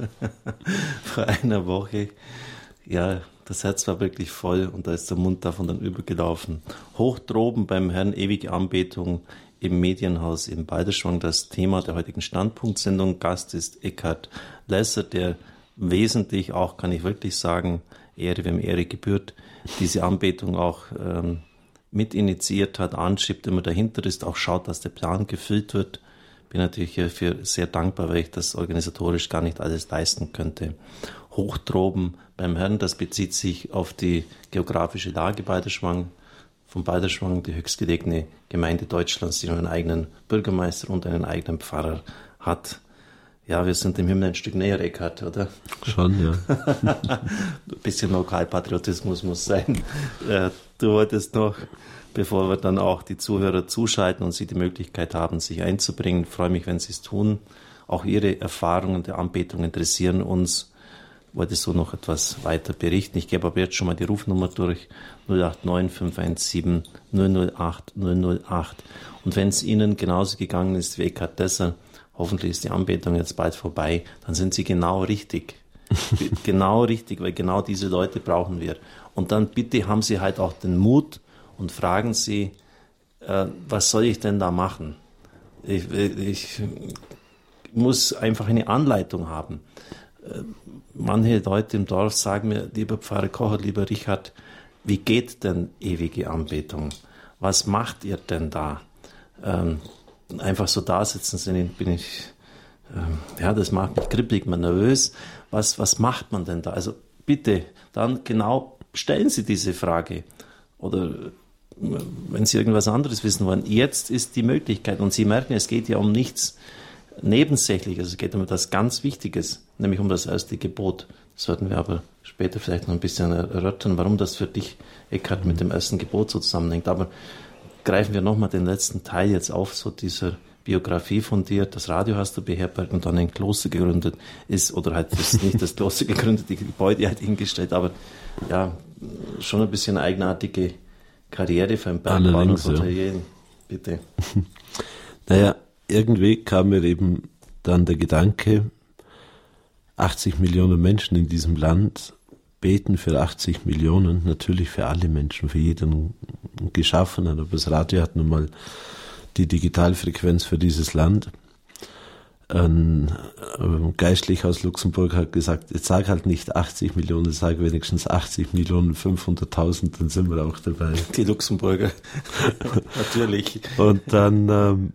vor einer Woche. Ja, das Herz war wirklich voll und da ist der Mund davon dann übergelaufen. Hoch droben beim Herrn, ewige Anbetung im Medienhaus in Balderschwang, das Thema der heutigen Standpunktsendung. Gast ist Eckhard Lesser, der wesentlich auch, kann ich wirklich sagen, Ehre wem Ehre gebührt, diese Anbetung auch ähm, mit initiiert hat, anschiebt, immer dahinter ist, auch schaut, dass der Plan gefüllt wird. Bin natürlich hierfür sehr dankbar, weil ich das organisatorisch gar nicht alles leisten könnte. Hochtroben beim Herrn, das bezieht sich auf die geografische Lage Balderschwang. Von Balderschwang, die höchstgelegene Gemeinde Deutschlands, die noch einen eigenen Bürgermeister und einen eigenen Pfarrer hat. Ja, wir sind dem Himmel ein Stück näher, Eckhard, oder? Schon, ja. Ein bisschen Lokalpatriotismus muss sein. Du wolltest noch, bevor wir dann auch die Zuhörer zuschalten und sie die Möglichkeit haben, sich einzubringen, ich freue mich, wenn sie es tun. Auch ihre Erfahrungen der Anbetung interessieren uns. Wollte so noch etwas weiter berichten. Ich gebe aber jetzt schon mal die Rufnummer durch, null acht neun fünf eins sieben null null acht null null acht. Und wenn es Ihnen genauso gegangen ist wie Eckhard Lesser, hoffentlich ist die Anbetung jetzt bald vorbei, dann sind Sie genau richtig. Genau richtig, weil genau diese Leute brauchen wir. Und dann bitte haben Sie halt auch den Mut und fragen Sie, äh, was soll ich denn da machen? Ich, ich muss einfach eine Anleitung haben. Manche Leute im Dorf sagen mir, lieber Pfarrer Kocher, lieber Richard, wie geht denn ewige Anbetung? Was macht ihr denn da? Ähm, einfach so da sitzen, bin ich, ähm, ja, das macht mich kribbelig, mal nervös. Was, was macht man denn da? Also bitte, dann genau stellen Sie diese Frage. Oder wenn Sie irgendwas anderes wissen wollen, jetzt ist die Möglichkeit. Und Sie merken, es geht ja um nichts Nebensächliches, es geht um etwas ganz Wichtiges, nämlich um das erste Gebot. Das sollten wir aber später vielleicht noch ein bisschen erörtern, warum das für dich, Eckhard, mit dem ersten Gebot so zusammenhängt. Aber greifen wir nochmal den letzten Teil jetzt auf, so dieser Biografie von dir. Das Radio hast du beherbergt und dann ein Kloster gegründet ist, oder halt ist nicht das Kloster gegründet, die Gebäude halt hingestellt, aber ja, schon ein bisschen eigenartige Karriere für ein Bergbahn und Hotelier. Ja. Bitte. Naja, irgendwie kam mir eben dann der Gedanke, achtzig Millionen Menschen in diesem Land beten für achtzig Millionen, natürlich für alle Menschen, für jeden Geschaffenen, aber das Radio hat nun mal die Digitalfrequenz für dieses Land. Ein Geistlicher aus Luxemburg hat gesagt, jetzt sag halt nicht achtzig Millionen, sag wenigstens achtzig Millionen fünfhunderttausend, dann sind wir auch dabei. Die Luxemburger, natürlich. Und dann, ähm,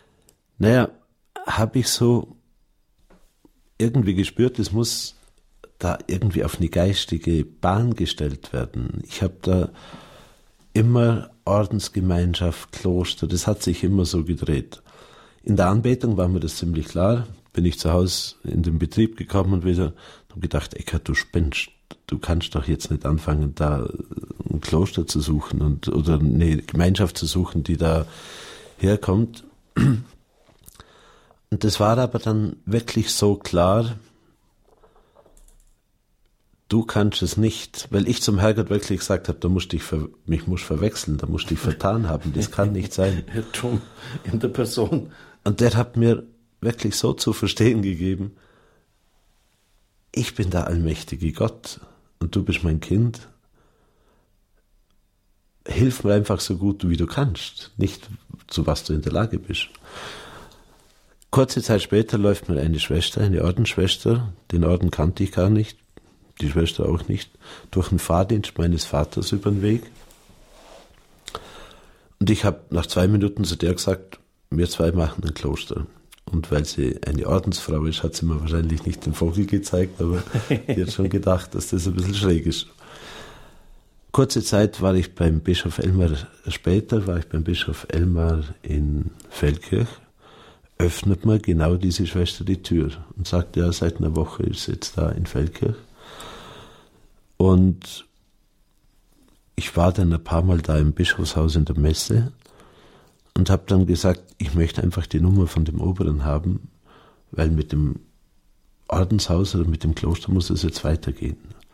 naja, habe ich so irgendwie gespürt, es muss da irgendwie auf eine geistige Bahn gestellt werden. Ich habe da immer Ordensgemeinschaft, Kloster, das hat sich immer so gedreht. In der Anbetung war mir das ziemlich klar. Bin ich zu Hause in den Betrieb gekommen und wieder habe gedacht, Eckhard, du spinnst, du kannst doch jetzt nicht anfangen, da ein Kloster zu suchen und oder eine Gemeinschaft zu suchen, die da herkommt. Und das war aber dann wirklich so klar, du kannst es nicht, weil ich zum Herrgott wirklich gesagt habe, da musst dich ver, mich musst verwechseln, da musst dich vertan haben, das kann nicht sein. Irrtum in der Person. Und der hat mir wirklich so zu verstehen gegeben, ich bin der allmächtige Gott und du bist mein Kind. Hilf mir einfach so gut, wie du kannst, nicht zu was du in der Lage bist. Kurze Zeit später läuft mir eine Schwester, eine Ordensschwester, den Orden kannte ich gar nicht, die Schwester auch nicht, durch den Fahrdienst meines Vaters über den Weg. Und ich habe nach zwei Minuten zu der gesagt, wir zwei machen ein Kloster. Und weil sie eine Ordensfrau ist, hat sie mir wahrscheinlich nicht den Vogel gezeigt, aber die hat schon gedacht, dass das ein bisschen schräg ist. Kurze Zeit war ich beim Bischof Elmar, später war ich beim Bischof Elmar in Feldkirch, öffnet mir genau diese Schwester die Tür und sagt, ja, seit einer Woche ist sie jetzt da in Feldkirch. Und ich war dann ein paar Mal da im Bischofshaus in der Messe und habe dann gesagt, ich möchte einfach die Nummer von dem Oberen haben, weil mit dem Ordenshaus oder mit dem Kloster muss es jetzt weitergehen.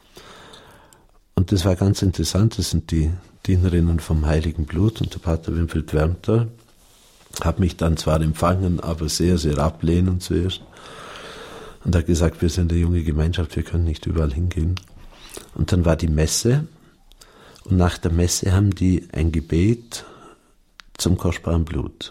Und das war ganz interessant, das sind die Dienerinnen vom Heiligen Blut und der Pater Winfried Wärmter hat mich dann zwar empfangen, aber sehr, sehr ablehnend zuerst und hat gesagt, wir sind eine junge Gemeinschaft, wir können nicht überall hingehen. Und dann war die Messe und nach der Messe haben die ein Gebet zum kostbaren Blut.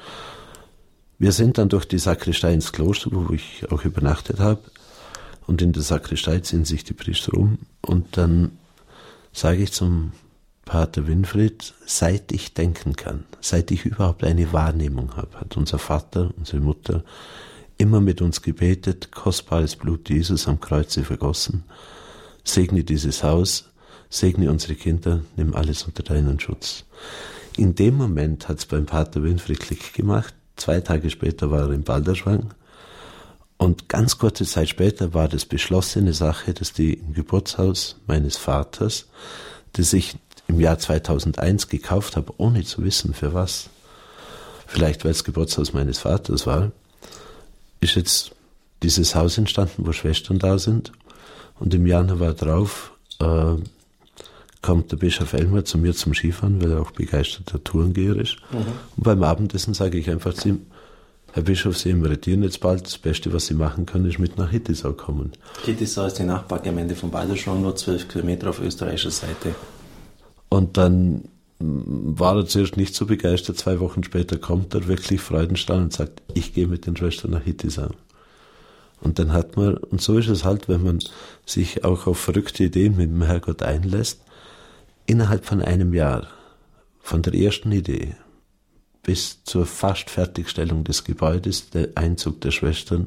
Wir sind dann durch die Sakristei ins Kloster, wo ich auch übernachtet habe, und in der Sakristei ziehen sich die Priester um und dann sage ich zum Pater Winfried, seit ich denken kann, seit ich überhaupt eine Wahrnehmung habe, hat unser Vater, unsere Mutter immer mit uns gebetet, kostbares Blut Jesus am Kreuze vergossen, segne dieses Haus, segne unsere Kinder, nimm alles unter deinen Schutz. In dem Moment hat es beim Pater Winfried Klick gemacht, zwei Tage später war er in Balderschwang und ganz kurze Zeit später war das beschlossene Sache, dass die im Geburtshaus meines Vaters, das ich im Jahr zweitausendeins gekauft habe, ohne zu wissen für was, vielleicht weil es das Geburtshaus meines Vaters war, ist jetzt dieses Haus entstanden, wo Schwestern da sind. Und im Januar drauf äh, kommt der Bischof Elmar zu mir zum Skifahren, weil er auch begeisterter Tourengeher ist. Mhm. Und beim Abendessen sage ich einfach zu ihm, Herr Bischof, Sie emeritieren jetzt bald, das Beste, was Sie machen können, ist mit nach Hittisau kommen. Hittisau ist die Nachbargemeinde von Balderschwang, nur zwölf Kilometer auf österreichischer Seite. Und dann war er zuerst nicht so begeistert, zwei Wochen später kommt er wirklich freudenstrahlend und sagt, ich gehe mit den Schwestern nach Hittisau. Und dann hat man, und so ist es halt, wenn man sich auch auf verrückte Ideen mit dem Herrgott einlässt, innerhalb von einem Jahr, von der ersten Idee bis zur fast Fertigstellung des Gebäudes, der Einzug der Schwestern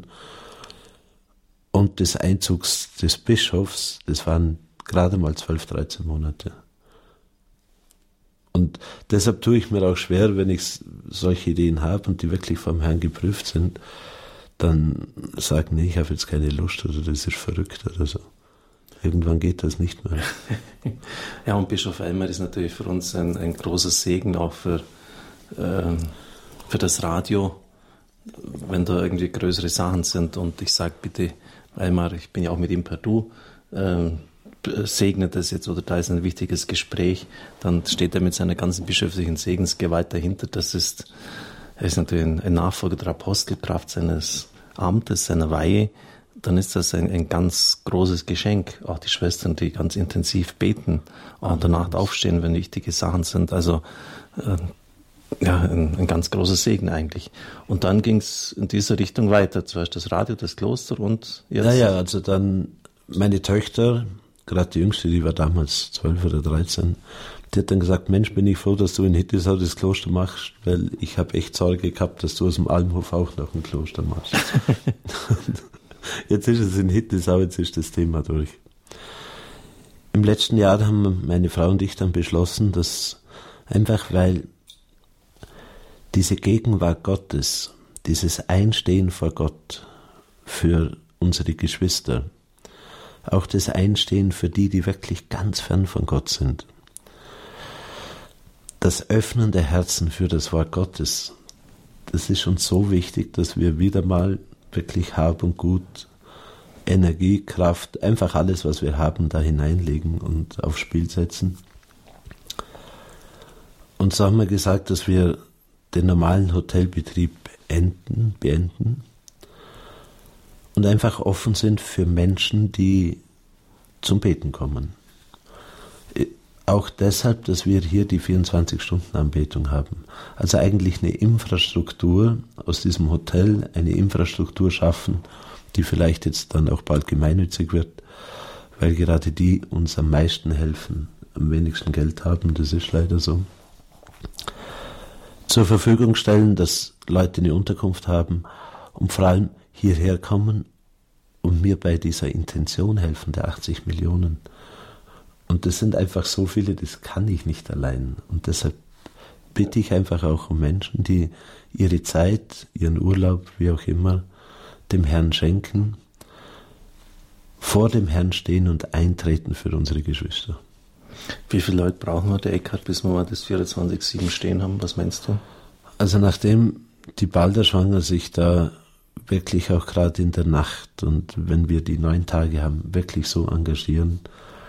und des Einzugs des Bischofs, das waren gerade mal zwölf, dreizehn Monate. Und deshalb tue ich mir auch schwer, wenn ich solche Ideen habe und die wirklich vom Herrn geprüft sind, dann sagen, nee, ich habe jetzt keine Lust oder das ist verrückt oder so. Irgendwann geht das nicht mehr. Ja, und Bischof Elmar ist natürlich für uns ein, ein großer Segen, auch für, äh, für das Radio, wenn da irgendwie größere Sachen sind. Und ich sage bitte, Elmar, ich bin ja auch mit ihm per Du, äh, segnet das jetzt oder da ist ein wichtiges Gespräch, dann steht er mit seiner ganzen bischöflichen Segensgewalt dahinter. Das ist, er ist natürlich ein, ein Nachfolger der Apostelkraft seines Amtes, seiner Weihe. Dann ist das ein, ein ganz großes Geschenk. Auch die Schwestern, die ganz intensiv beten, auch in der Nacht aufstehen, wenn wichtige Sachen sind. Also äh, ja, ein, ein ganz großer Segen eigentlich. Und dann ging es in dieser Richtung weiter. Zuerst das Radio, das Kloster und jetzt... Naja, also dann meine Töchter, gerade die Jüngste, die war damals zwölf oder dreizehn, die hat dann gesagt, Mensch, bin ich froh, dass du in Hittisau das Kloster machst, weil ich habe echt Sorge gehabt, dass du aus dem Almhof auch noch ein Kloster machst. Jetzt ist es in Hittisau, jetzt ist das Thema durch. Im letzten Jahr haben meine Frau und ich dann beschlossen, dass einfach weil diese Gegenwart Gottes, dieses Einstehen vor Gott für unsere Geschwister, auch das Einstehen für die, die wirklich ganz fern von Gott sind, das Öffnen der Herzen für das Wort Gottes, das ist uns so wichtig, dass wir wieder mal wirklich Hab und Gut, Energie, Kraft, einfach alles, was wir haben, da hineinlegen und aufs Spiel setzen. Und so haben wir gesagt, dass wir den normalen Hotelbetrieb enden, beenden und einfach offen sind für Menschen, die zum Beten kommen. Auch deshalb, dass wir hier die vierundzwanzig-Stunden-Anbetung haben. Also eigentlich eine Infrastruktur aus diesem Hotel, eine Infrastruktur schaffen, die vielleicht jetzt dann auch bald gemeinnützig wird, weil gerade die uns am meisten helfen, am wenigsten Geld haben, das ist leider so. Zur Verfügung stellen, dass Leute eine Unterkunft haben und vor allem hierher kommen und mir bei dieser Intention helfen, der achtzig Millionen. Und das sind einfach so viele, das kann ich nicht allein. Und deshalb bitte ich einfach auch um Menschen, die ihre Zeit, ihren Urlaub, wie auch immer, dem Herrn schenken, vor dem Herrn stehen und eintreten für unsere Geschwister. Wie viele Leute brauchen wir, der Eckhard, bis wir mal das vierundzwanzig sieben stehen haben? Was meinst du? Also nachdem die Balderschwanger sich da wirklich auch gerade in der Nacht und wenn wir die neun Tage haben, wirklich so engagieren,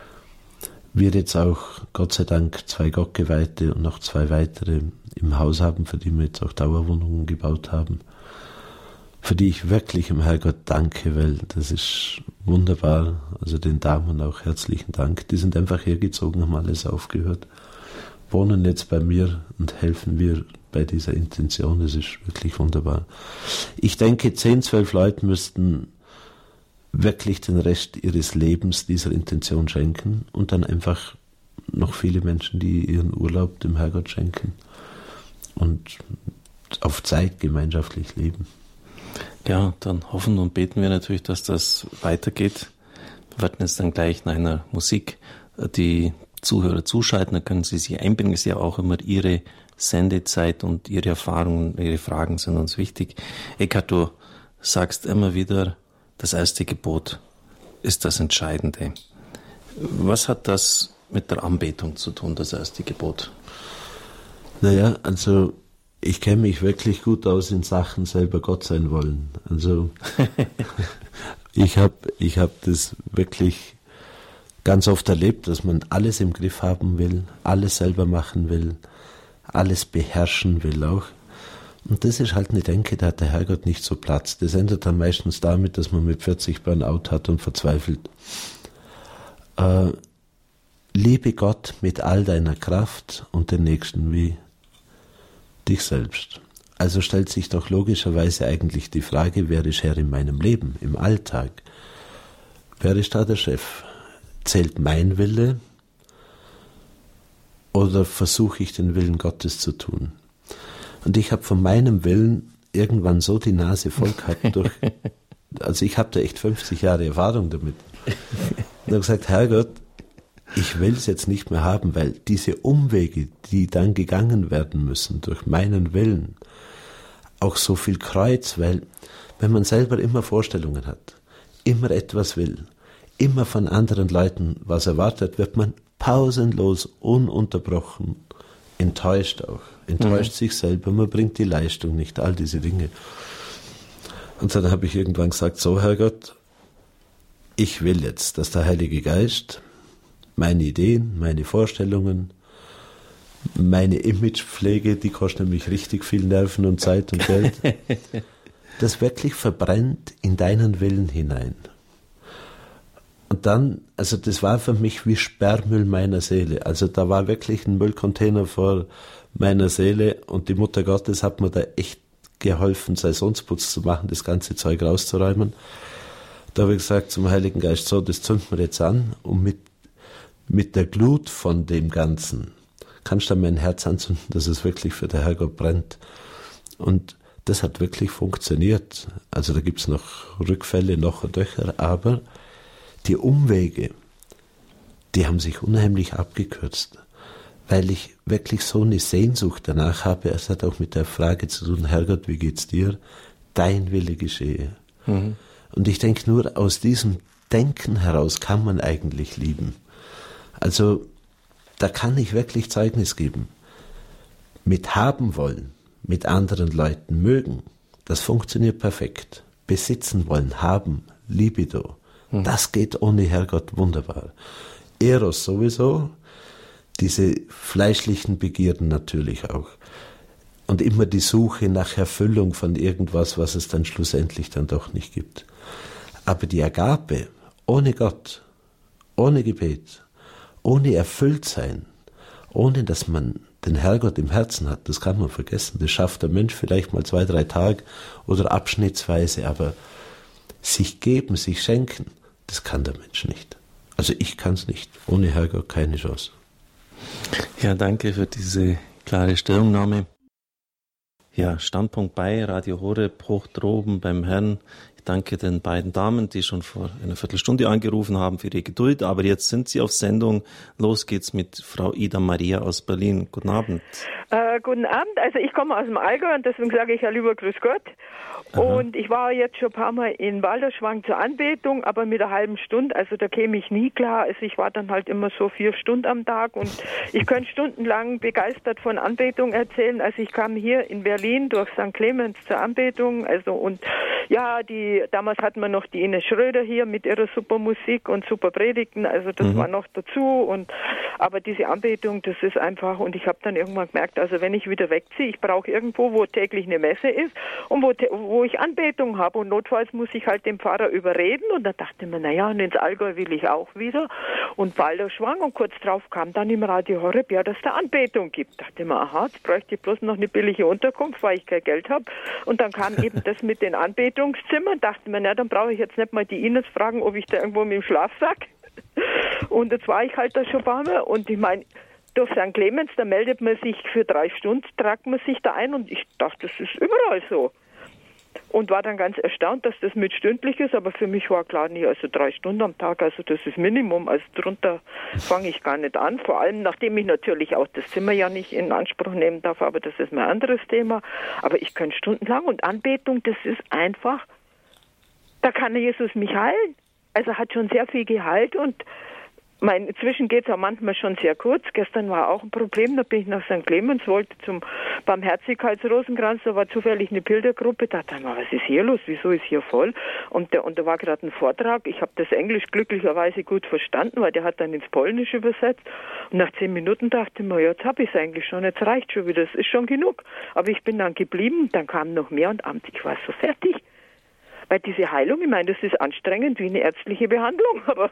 wir jetzt auch Gott sei Dank zwei Gottgeweihte und noch zwei weitere im Haus haben, für die wir jetzt auch Dauerwohnungen gebaut haben, für die ich wirklich im Herrgott danke, weil das ist wunderbar, also den Damen auch herzlichen Dank, die sind einfach hergezogen, haben alles aufgehört, wohnen jetzt bei mir und helfen mir bei dieser Intention, das ist wirklich wunderbar. Ich denke, zehn, zwölf Leute müssten wirklich den Rest ihres Lebens dieser Intention schenken und dann einfach noch viele Menschen, die ihren Urlaub dem Herrgott schenken und auf Zeit gemeinschaftlich leben. Ja, dann hoffen und beten wir natürlich, dass das weitergeht. Wir werden jetzt dann gleich nach einer Musik die Zuhörer zuschalten, dann können sie sich einbringen. Es ist ja auch immer ihre Sendezeit und ihre Erfahrungen, ihre Fragen sind uns wichtig. Eckhard, du sagst immer wieder, das erste Gebot ist das Entscheidende. Was hat das mit der Anbetung zu tun, das erste Gebot? Naja, also ich kenne mich wirklich gut aus in Sachen selber Gott sein wollen. Also ich habe ich hab das wirklich ganz oft erlebt, dass man alles im Griff haben will, alles selber machen will, alles beherrschen will auch. Und das ist halt eine Denke, da hat der Herrgott nicht so Platz. Das endet dann meistens damit, dass man mit vierzig Burnout hat und verzweifelt. Äh, liebe Gott mit all deiner Kraft und den Nächsten wie dich selbst. Also stellt sich doch logischerweise eigentlich die Frage, wer ist Herr in meinem Leben, im Alltag? Wer ist da der Chef? Zählt mein Wille oder versuche ich den Willen Gottes zu tun? Und ich habe von meinem Willen irgendwann so die Nase voll gehabt durch, also ich habe da echt fünfzig Jahre Erfahrung damit. Und habe gesagt, Herrgott, ich will es jetzt nicht mehr haben, weil diese Umwege, die dann gegangen werden müssen durch meinen Willen, auch so viel Kreuz, weil wenn man selber immer Vorstellungen hat, immer etwas will, immer von anderen Leuten was erwartet, wird man pausenlos, ununterbrochen enttäuscht auch. Enttäuscht mhm. sich selber, man bringt die Leistung nicht, all diese Dinge. Und dann habe ich irgendwann gesagt, so Herrgott, ich will jetzt, dass der Heilige Geist meine Ideen, meine Vorstellungen, meine Imagepflege, die kostet nämlich richtig viel Nerven und Zeit und Geld, das wirklich verbrennt in deinen Willen hinein. Und dann, also das war für mich wie Sperrmüll meiner Seele. Also da war wirklich ein Müllcontainer vor meiner Seele und die Mutter Gottes hat mir da echt geholfen, Saisonsputz zu machen, das ganze Zeug rauszuräumen. Da habe ich gesagt zum Heiligen Geist, so, das zünden wir jetzt an und mit, mit der Glut von dem Ganzen kannst du mein Herz anzünden, dass es wirklich für den Herrgott brennt. Und das hat wirklich funktioniert. Also da gibt es noch Rückfälle, noch und nöcher, aber die Umwege, die haben sich unheimlich abgekürzt, weil ich wirklich so eine Sehnsucht danach habe. Es hat auch mit der Frage zu tun, Herrgott, wie geht's dir? Dein Wille geschehe. Mhm. Und ich denke, nur aus diesem Denken heraus kann man eigentlich lieben. Also da kann ich wirklich Zeugnis geben. Mit haben wollen, mit anderen Leuten mögen, das funktioniert perfekt. Besitzen wollen, haben, Libido, mhm. das geht ohne Herrgott wunderbar. Eros sowieso, diese fleischlichen Begierden natürlich auch. Und immer die Suche nach Erfüllung von irgendwas, was es dann schlussendlich dann doch nicht gibt. Aber die Agape, ohne Gott, ohne Gebet, ohne Erfülltsein, ohne dass man den Herrgott im Herzen hat, das kann man vergessen. Das schafft der Mensch vielleicht mal zwei, drei Tage oder abschnittsweise, aber sich geben, sich schenken, das kann der Mensch nicht. Also ich kann es nicht. Ohne Herrgott keine Chance. Ja, danke für diese klare Stellungnahme. Ja, Standpunkt bei Radio Horeb, hoch droben beim Herrn. Ich danke den beiden Damen, die schon vor einer Viertelstunde angerufen haben, für ihre Geduld. Aber jetzt sind sie auf Sendung. Los geht's mit Frau Ida Maria aus Berlin. Guten Abend. Äh, guten Abend. Also ich komme aus dem Allgäu und deswegen sage ich ja lieber Grüß Gott. Aha. Und ich war jetzt schon ein paar Mal in Balderschwang zur Anbetung, aber mit einer halben Stunde, also da käme ich nie klar. Also ich war dann halt immer so vier Stunden am Tag und ich könnte stundenlang begeistert von Anbetung erzählen. Also ich kam hier in Berlin durch Sankt Clemens zur Anbetung, also und ja, die damals hatten wir noch die Ines Schröder hier mit ihrer super Musik und super Predigten, also das mhm. war noch dazu und aber diese Anbetung, das ist einfach und ich habe dann irgendwann gemerkt, also wenn ich wieder wegziehe, ich brauche irgendwo, wo täglich eine Messe ist und wo, wo ich Anbetung habe und notfalls muss ich halt den Pfarrer überreden und da dachte ich mir, naja, und ins Allgäu will ich auch wieder und Balderschwang und kurz drauf kam dann im Radio Horeb, ja, dass es da Anbetung gibt. Da dachte ich mir, aha, jetzt bräuchte ich bloß noch eine billige Unterkunft, weil ich kein Geld habe und dann kam eben das mit den Anbetungszimmern, dachte mir, na, dann brauche ich jetzt nicht mal die Ines fragen, ob ich da irgendwo mit dem Schlafsack und jetzt war ich halt da schon ein paar Mal und ich meine, durch Sankt Clemens, da meldet man sich für drei Stunden, tragt man sich da ein und ich dachte, das ist überall so. Und war dann ganz erstaunt, dass das mit stündlich ist, aber für mich war klar, nee, also drei Stunden am Tag, also das ist Minimum, also drunter fange ich gar nicht an, vor allem nachdem ich natürlich auch das Zimmer ja nicht in Anspruch nehmen darf, aber das ist mein anderes Thema, aber ich kann stundenlang und Anbetung, das ist einfach, da kann Jesus mich heilen, also hat schon sehr viel geheilt und Mein, inzwischen geht es auch manchmal schon sehr kurz. Gestern war auch ein Problem, da bin ich nach Sankt Clemens, wollte zum Barmherzigkeitsrosenkranz, da war zufällig eine Pilgergruppe, da dachte ich mir, was ist hier los, wieso ist hier voll? Und, der, und da war gerade ein Vortrag, ich habe das Englisch glücklicherweise gut verstanden, weil der hat dann ins Polnische übersetzt. Und nach zehn Minuten dachte ich mir, ja, jetzt habe ich es eigentlich schon, jetzt reicht schon wieder, das ist schon genug. Aber ich bin dann geblieben, dann kam noch mehr und abends, ich war so fertig. Weil diese Heilung, ich meine, das ist anstrengend wie eine ärztliche Behandlung, aber,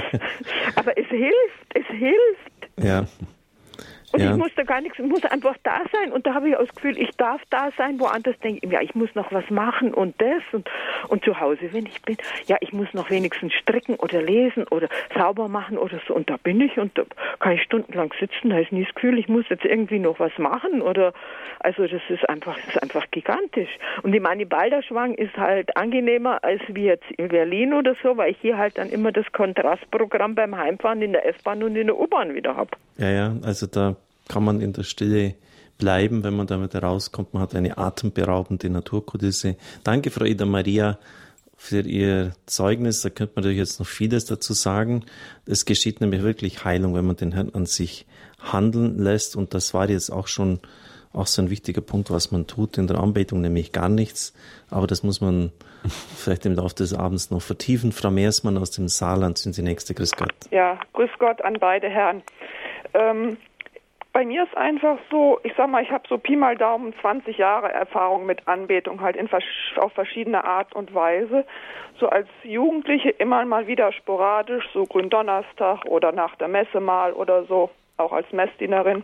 aber es hilft, es hilft. Ja. Und ja. ich muss da gar nichts, ich muss einfach da sein und da habe ich auch das Gefühl, ich darf da sein, woanders denke ich, ja, ich muss noch was machen und das und, und zu Hause, wenn ich bin, ja, ich muss noch wenigstens stricken oder lesen oder sauber machen oder so und da bin ich und da kann ich stundenlang sitzen, da ist nie das Gefühl, ich muss jetzt irgendwie noch was machen oder, also das ist einfach, das ist einfach gigantisch. Und ich meine, Balderschwang ist halt angenehmer als wie jetzt in Berlin oder so, weil ich hier halt dann immer das Kontrastprogramm beim Heimfahren in der S-Bahn und in der U-Bahn wieder habe. Ja, ja, also da kann man in der Stille bleiben, wenn man da wieder rauskommt. Man hat eine atemberaubende Naturkulisse. Danke, Frau Ida Maria, für Ihr Zeugnis. Da könnte man natürlich jetzt noch vieles dazu sagen. Es geschieht nämlich wirklich Heilung, wenn man den Herrn an sich handeln lässt. Und das war jetzt auch schon auch so ein wichtiger Punkt, was man tut in der Anbetung, nämlich gar nichts. Aber das muss man vielleicht im Laufe des Abends noch vertiefen. Frau Meersmann aus dem Saarland sind Sie nächste. Grüß Gott. Ja, grüß Gott an beide Herren. Ähm, Bei mir ist einfach so, ich sag mal, ich habe so Pi mal Daumen zwanzig Jahre Erfahrung mit Anbetung, halt in, auf verschiedene Art und Weise. So als Jugendliche immer mal wieder sporadisch, so Gründonnerstag oder nach der Messe mal oder so, auch als Messdienerin.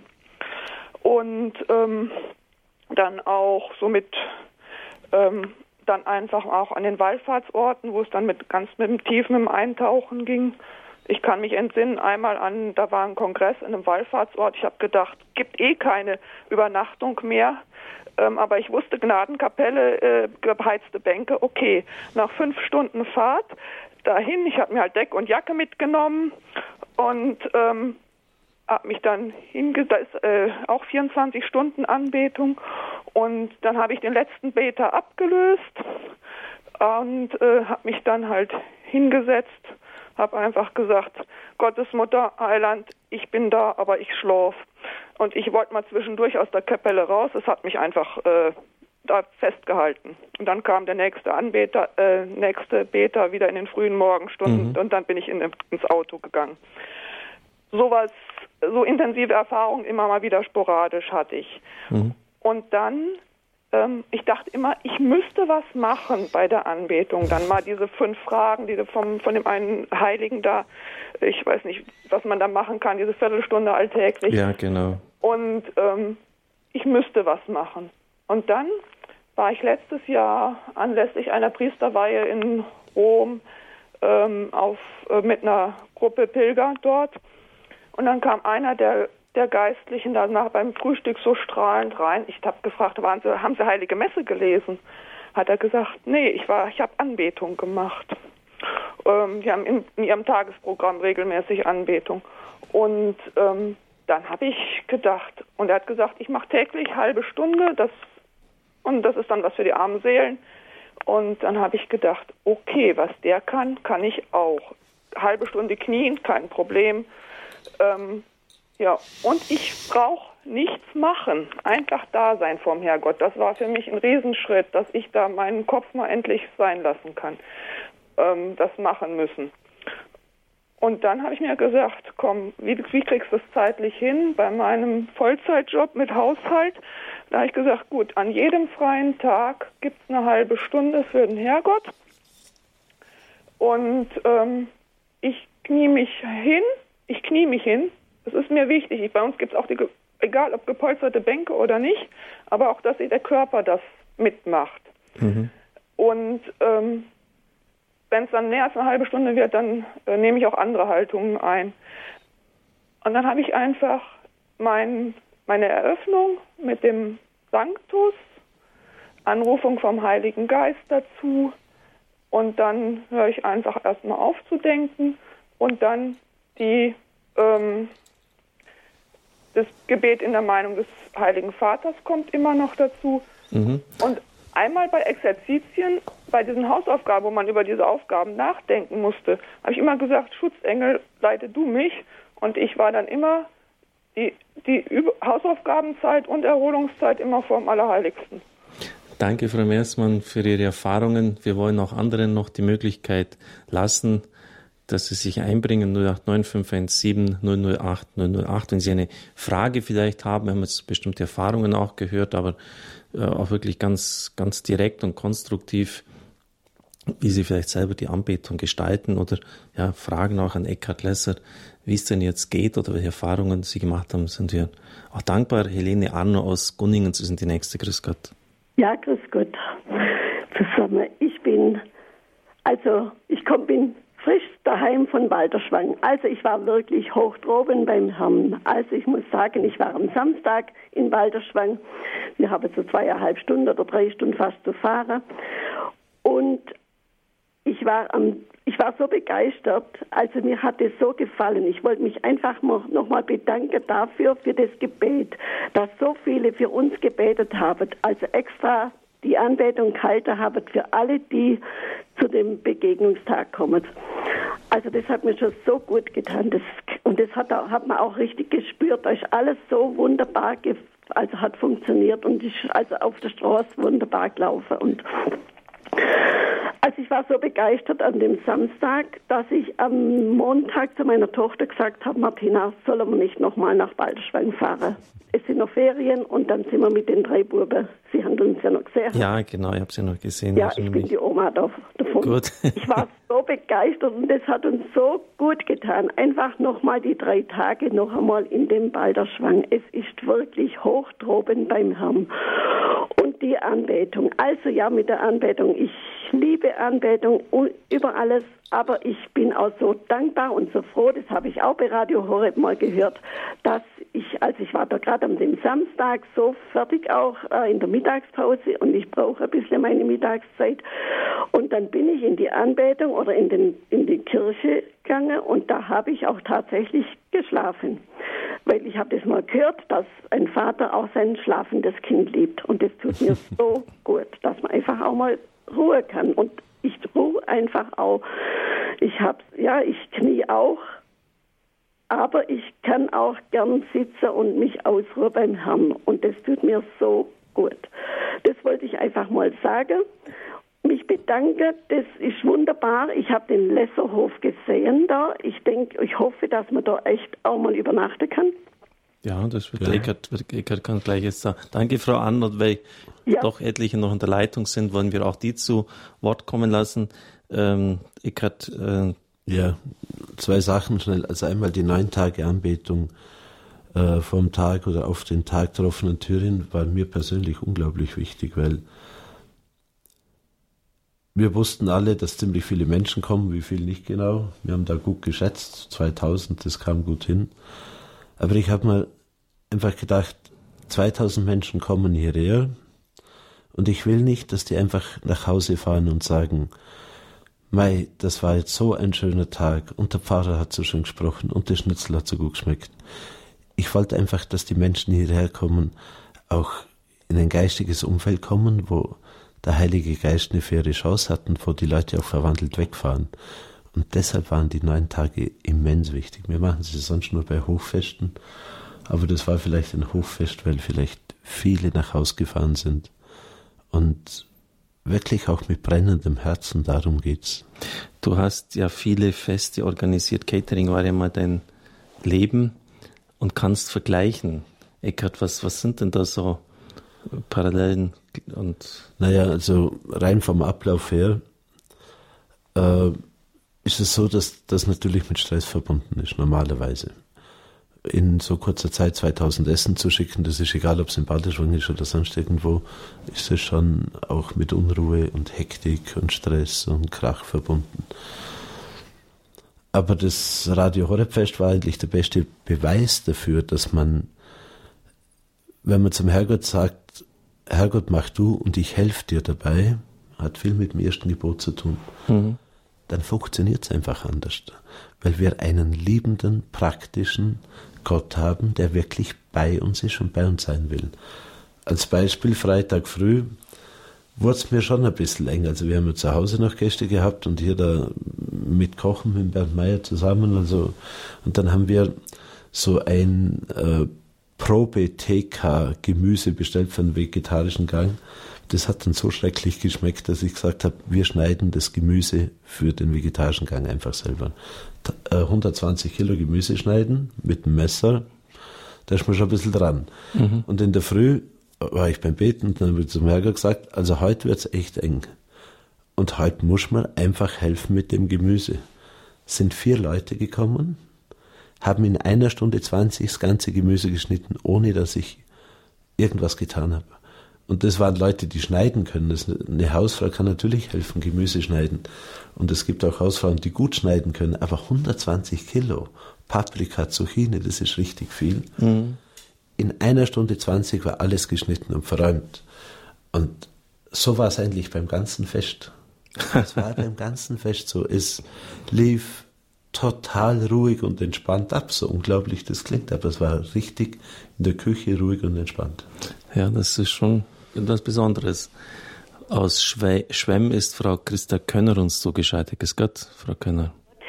Und ähm, dann auch so mit, ähm, dann einfach auch an den Wallfahrtsorten, wo es dann mit ganz mit dem Tiefen im Eintauchen ging. Ich kann mich entsinnen, einmal an, da war ein Kongress in einem Wallfahrtsort. Ich habe gedacht, gibt eh keine Übernachtung mehr. Ähm, aber ich wusste, Gnadenkapelle, äh, geheizte Bänke, okay. Nach fünf Stunden Fahrt dahin, ich habe mir halt Deck und Jacke mitgenommen und ähm, habe mich dann hingesetzt, da ist äh, auch vierundzwanzig Stunden Anbetung. Und dann habe ich den letzten Beter abgelöst und äh, habe mich dann halt hingesetzt, habe einfach gesagt, Gottesmutter, Heiland, ich bin da, aber ich schlaf. Und ich wollte mal zwischendurch aus der Kapelle raus, es hat mich einfach äh, da festgehalten. Und dann kam der nächste Anbeter, äh, nächste Beter wieder in den frühen Morgenstunden mhm. und dann bin ich in, ins Auto gegangen. Sowas, so intensive Erfahrungen immer mal wieder sporadisch hatte ich. Mhm. Und dann ich dachte immer, ich müsste was machen bei der Anbetung. Dann mal diese fünf Fragen, die vom, von dem einen Heiligen da, ich weiß nicht, was man da machen kann, diese Viertelstunde alltäglich. Ja, genau. Und ähm, ich müsste was machen. Und dann war ich letztes Jahr anlässlich einer Priesterweihe in Rom ähm, auf, äh, mit einer Gruppe Pilger dort. Und dann kam einer der der Geistlichen danach beim Frühstück so strahlend rein. Ich habe gefragt, waren Sie, haben Sie Heilige Messe gelesen? Hat er gesagt, nee, ich war, ich habe Anbetung gemacht. Ähm, die haben in, in ihrem Tagesprogramm regelmäßig Anbetung. Und ähm, dann habe ich gedacht, und er hat gesagt, ich mache täglich halbe Stunde, das, und das ist dann was für die armen Seelen. Und dann habe ich gedacht, okay, was der kann, kann ich auch. Halbe Stunde knien, kein Problem. Ähm, Ja, und ich brauche nichts machen, einfach da sein vorm Herrgott. Das war für mich ein Riesenschritt, dass ich da meinen Kopf mal endlich sein lassen kann, ähm, das machen müssen. Und dann habe ich mir gesagt, komm, wie, wie kriegst du das zeitlich hin bei meinem Vollzeitjob mit Haushalt? Da habe ich gesagt, gut, an jedem freien Tag gibt es eine halbe Stunde für den Herrgott. Und ähm, ich knie mich hin, ich knie mich hin. Das ist mir wichtig. Ich, bei uns gibt es auch, die, egal ob gepolsterte Bänke oder nicht, aber auch, dass der Körper das mitmacht. Mhm. Und ähm, wenn es dann mehr als eine halbe Stunde wird, dann äh, nehme ich auch andere Haltungen ein. Und dann habe ich einfach mein, meine Eröffnung mit dem Sanctus, Anrufung vom Heiligen Geist dazu und dann höre ich einfach erstmal auf zu denken und dann die ähm, das Gebet in der Meinung des Heiligen Vaters kommt immer noch dazu. Mhm. Und einmal bei Exerzitien, bei diesen Hausaufgaben, wo man über diese Aufgaben nachdenken musste, habe ich immer gesagt, Schutzengel, leite du mich. Und ich war dann immer die, die Hausaufgabenzeit und Erholungszeit immer vor dem Allerheiligsten. Danke, Frau Meersmann, für Ihre Erfahrungen. Wir wollen auch anderen noch die Möglichkeit lassen, dass Sie sich einbringen, null acht neun fünf eins sieben null null acht null null acht. Wenn Sie eine Frage vielleicht haben, wir haben jetzt bestimmte Erfahrungen auch gehört, aber äh, auch wirklich ganz, ganz direkt und konstruktiv, wie Sie vielleicht selber die Anbetung gestalten oder ja, Fragen auch an Eckhard Lesser, wie es denn jetzt geht oder welche Erfahrungen Sie gemacht haben, sind wir auch dankbar. Helene Arno aus Gunningen, Sie sind die Nächste. Grüß Gott. Ja, grüß Gott zusammen. Ich bin, also ich komm, bin frisch daheim von Balderschwang. Also ich war wirklich hoch droben beim Herrn. Also ich muss sagen, ich war am Samstag in Balderschwang. Wir haben so zweieinhalb Stunden oder drei Stunden fast zu fahren. Und ich war am, ich war so begeistert. Also mir hat es so gefallen. Ich wollte mich einfach noch mal bedanken dafür, für das Gebet, dass so viele für uns gebetet haben. Also extra die Anbetung gehalten haben für alle, die zu dem Begegnungstag kommen. Also das hat mir schon so gut getan. Das, und das hat, hat man auch richtig gespürt. Da ist alles so wunderbar, ge, also hat funktioniert und ist also auf der Straße wunderbar gelaufen. Und also ich war so begeistert an dem Samstag, dass ich am Montag zu meiner Tochter gesagt habe, Martina, sollen wir nicht nochmal nach Balderschwang fahren? Es sind noch Ferien und dann sind wir mit den drei Buben. Sie haben uns ja noch gesehen. Ja, genau, ich habe sie noch gesehen. Ja, ich bin die Oma davon. Gut. Ich war so begeistert und das hat uns so gut getan. Einfach nochmal die drei Tage noch einmal in dem Balderschwang. Es ist wirklich hoch droben beim Herrn. Und die Anbetung. Also ja, mit der Anbetung, ich liebe Anbetung über alles, aber ich bin auch so dankbar und so froh, das habe ich auch bei Radio Horeb mal gehört, dass ich, also ich war da gerade am dem Samstag so fertig auch äh, in der Mittagspause und ich brauche ein bisschen meine Mittagszeit und dann bin ich in die Anbetung oder in, den, in die Kirche gegangen und da habe ich auch tatsächlich geschlafen. Weil ich habe das mal gehört, dass ein Vater auch sein schlafendes Kind liebt. Und das tut mir so gut, dass man einfach auch mal Ruhe kann. Und ich ruhe einfach auch. Ich habe, ja, ich knie auch, aber ich kann auch gern sitzen und mich ausruhen beim Herrn. Und das tut mir so gut. Das wollte ich einfach mal sagen. Mich bedanke, das ist wunderbar. Ich habe den Lesserhof gesehen da. Ich denke, ich hoffe, dass man da echt auch mal übernachten kann. Ja, das wird ja. Eckert, Eckert kann gleich jetzt sagen. Danke, Frau Arnold, weil ja. doch etliche noch in der Leitung sind, wollen wir auch die zu Wort kommen lassen. Ähm, Eckert, äh, ja, zwei Sachen schnell. Also einmal die neun Tage Anbetung äh, vom Tag oder auf den Tag der offenen Türen war mir persönlich unglaublich wichtig, weil wir wussten alle, dass ziemlich viele Menschen kommen, wie viel nicht genau. Wir haben da gut geschätzt, zweitausend, das kam gut hin. Aber ich habe mir einfach gedacht, zweitausend Menschen kommen hierher und ich will nicht, dass die einfach nach Hause fahren und sagen, Mei, das war jetzt so ein schöner Tag und der Pfarrer hat so schön gesprochen und der Schnitzel hat so gut geschmeckt. Ich wollte einfach, dass die Menschen hierher kommen, auch in ein geistiges Umfeld kommen, wo der Heilige Geist eine faire Chance hat und wo die Leute auch verwandelt wegfahren. Und deshalb waren die neun Tage immens wichtig. Wir machen sie sonst nur bei Hochfesten, aber das war vielleicht ein Hochfest, weil vielleicht viele nach Haus gefahren sind. Und wirklich auch mit brennendem Herzen, darum geht's. Du hast ja viele Feste organisiert. Catering war ja mal dein Leben und kannst vergleichen. Eckart, was, was sind denn da so Parallelen? Und naja, also rein vom Ablauf her äh, ist es so, dass das natürlich mit Stress verbunden ist, normalerweise. In so kurzer Zeit zweitausend Essen zu schicken, das ist egal, ob es in Balderschwang ist oder sonst irgendwo, ist es schon auch mit Unruhe und Hektik und Stress und Krach verbunden. Aber das Radio Horeb Fest war eigentlich der beste Beweis dafür, dass man, wenn man zum Herrgott sagt, Herrgott, mach du und ich helfe dir dabei, hat viel mit dem ersten Gebot zu tun, mhm. dann funktioniert es einfach anders. Weil wir einen liebenden, praktischen Gott haben, der wirklich bei uns ist und bei uns sein will. Als Beispiel, Freitag früh wurde es mir schon ein bisschen eng. Also wir haben ja zu Hause noch Gäste gehabt und hier da mit Kochen mit Bernd Meier zusammen. Also, und dann haben wir so ein äh, Probe-T K-Gemüse bestellt für einen vegetarischen Gang. Das hat dann so schrecklich geschmeckt, dass ich gesagt habe, wir schneiden das Gemüse für den vegetarischen Gang einfach selber. hundertzwanzig Kilo Gemüse schneiden mit dem Messer, da ist man schon ein bisschen dran. Mhm. Und in der Früh war ich beim Beten und dann habe ich zum Herrgott gesagt, also heute wird es echt eng. Und heute muss man einfach helfen mit dem Gemüse. Es sind vier Leute gekommen, haben in einer Stunde zwanzig das ganze Gemüse geschnitten, ohne dass ich irgendwas getan habe. Und das waren Leute, die schneiden können. Das, eine Hausfrau kann natürlich helfen, Gemüse schneiden. Und es gibt auch Hausfrauen, die gut schneiden können. Aber hundertzwanzig Kilo Paprika, Zucchini, das ist richtig viel. Mhm. In einer Stunde zwanzig war alles geschnitten und verräumt. Und so war es eigentlich beim ganzen Fest. Es war beim ganzen Fest so. Es lief total ruhig und entspannt ab. So unglaublich das klingt, aber es war richtig in der Küche ruhig und entspannt. Ja, das ist schon etwas Besonderes. Aus Schwe- Schwemm ist Frau Christa Könner uns zugeschaltet. Grüß Gott, Frau Könner.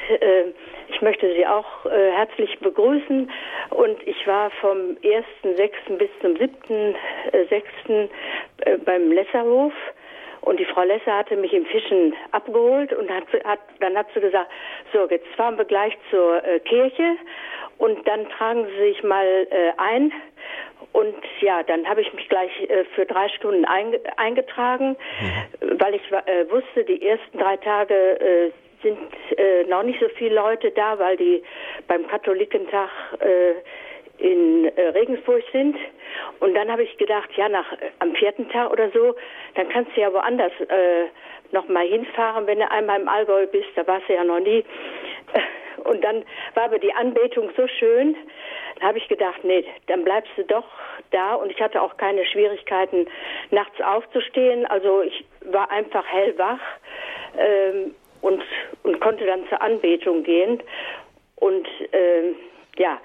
Ich möchte Sie auch äh, herzlich begrüßen und ich war vom ersten sechsten bis zum siebten sechsten Äh, beim Lesserhof und die Frau Lesser hatte mich im Fischen abgeholt und hat, hat, dann hat sie gesagt, so jetzt fahren wir gleich zur äh, Kirche und dann tragen Sie sich mal äh, ein. Und ja, dann habe ich mich gleich äh, für drei Stunden einge- eingetragen, mhm. weil ich äh, wusste, die ersten drei Tage äh, sind äh, noch nicht so viele Leute da, weil die beim Katholikentag äh, in äh, Regensburg sind. Und dann habe ich gedacht, ja, nach äh, am vierten Tag oder so, dann kannst du ja woanders äh, noch mal hinfahren, wenn du einmal im Allgäu bist. Da warst du ja noch nie. Und dann war aber die Anbetung so schön, da habe ich gedacht, nee, dann bleibst du doch da. Und ich hatte auch keine Schwierigkeiten, nachts aufzustehen. Also ich war einfach hellwach ähm, und, und konnte dann zur Anbetung gehen. Und ähm, ja,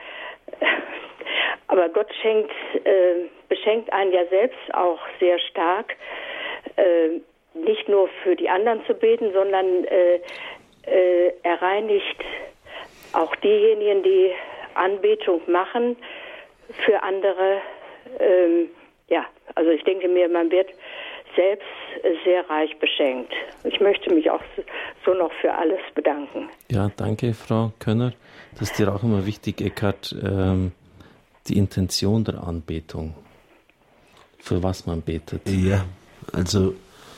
aber Gott schenkt, äh, beschenkt einen ja selbst auch sehr stark, äh, nicht nur für die anderen zu beten, sondern äh, äh, er reinigt auch diejenigen, die Anbetung machen, für andere. Ähm, ja, also ich denke mir, man wird selbst sehr reich beschenkt. Ich möchte mich auch so noch für alles bedanken. Ja, danke, Frau Könner. Das ist dir auch immer wichtig, Eckhard, ähm, die Intention der Anbetung, für was man betet. Ja, also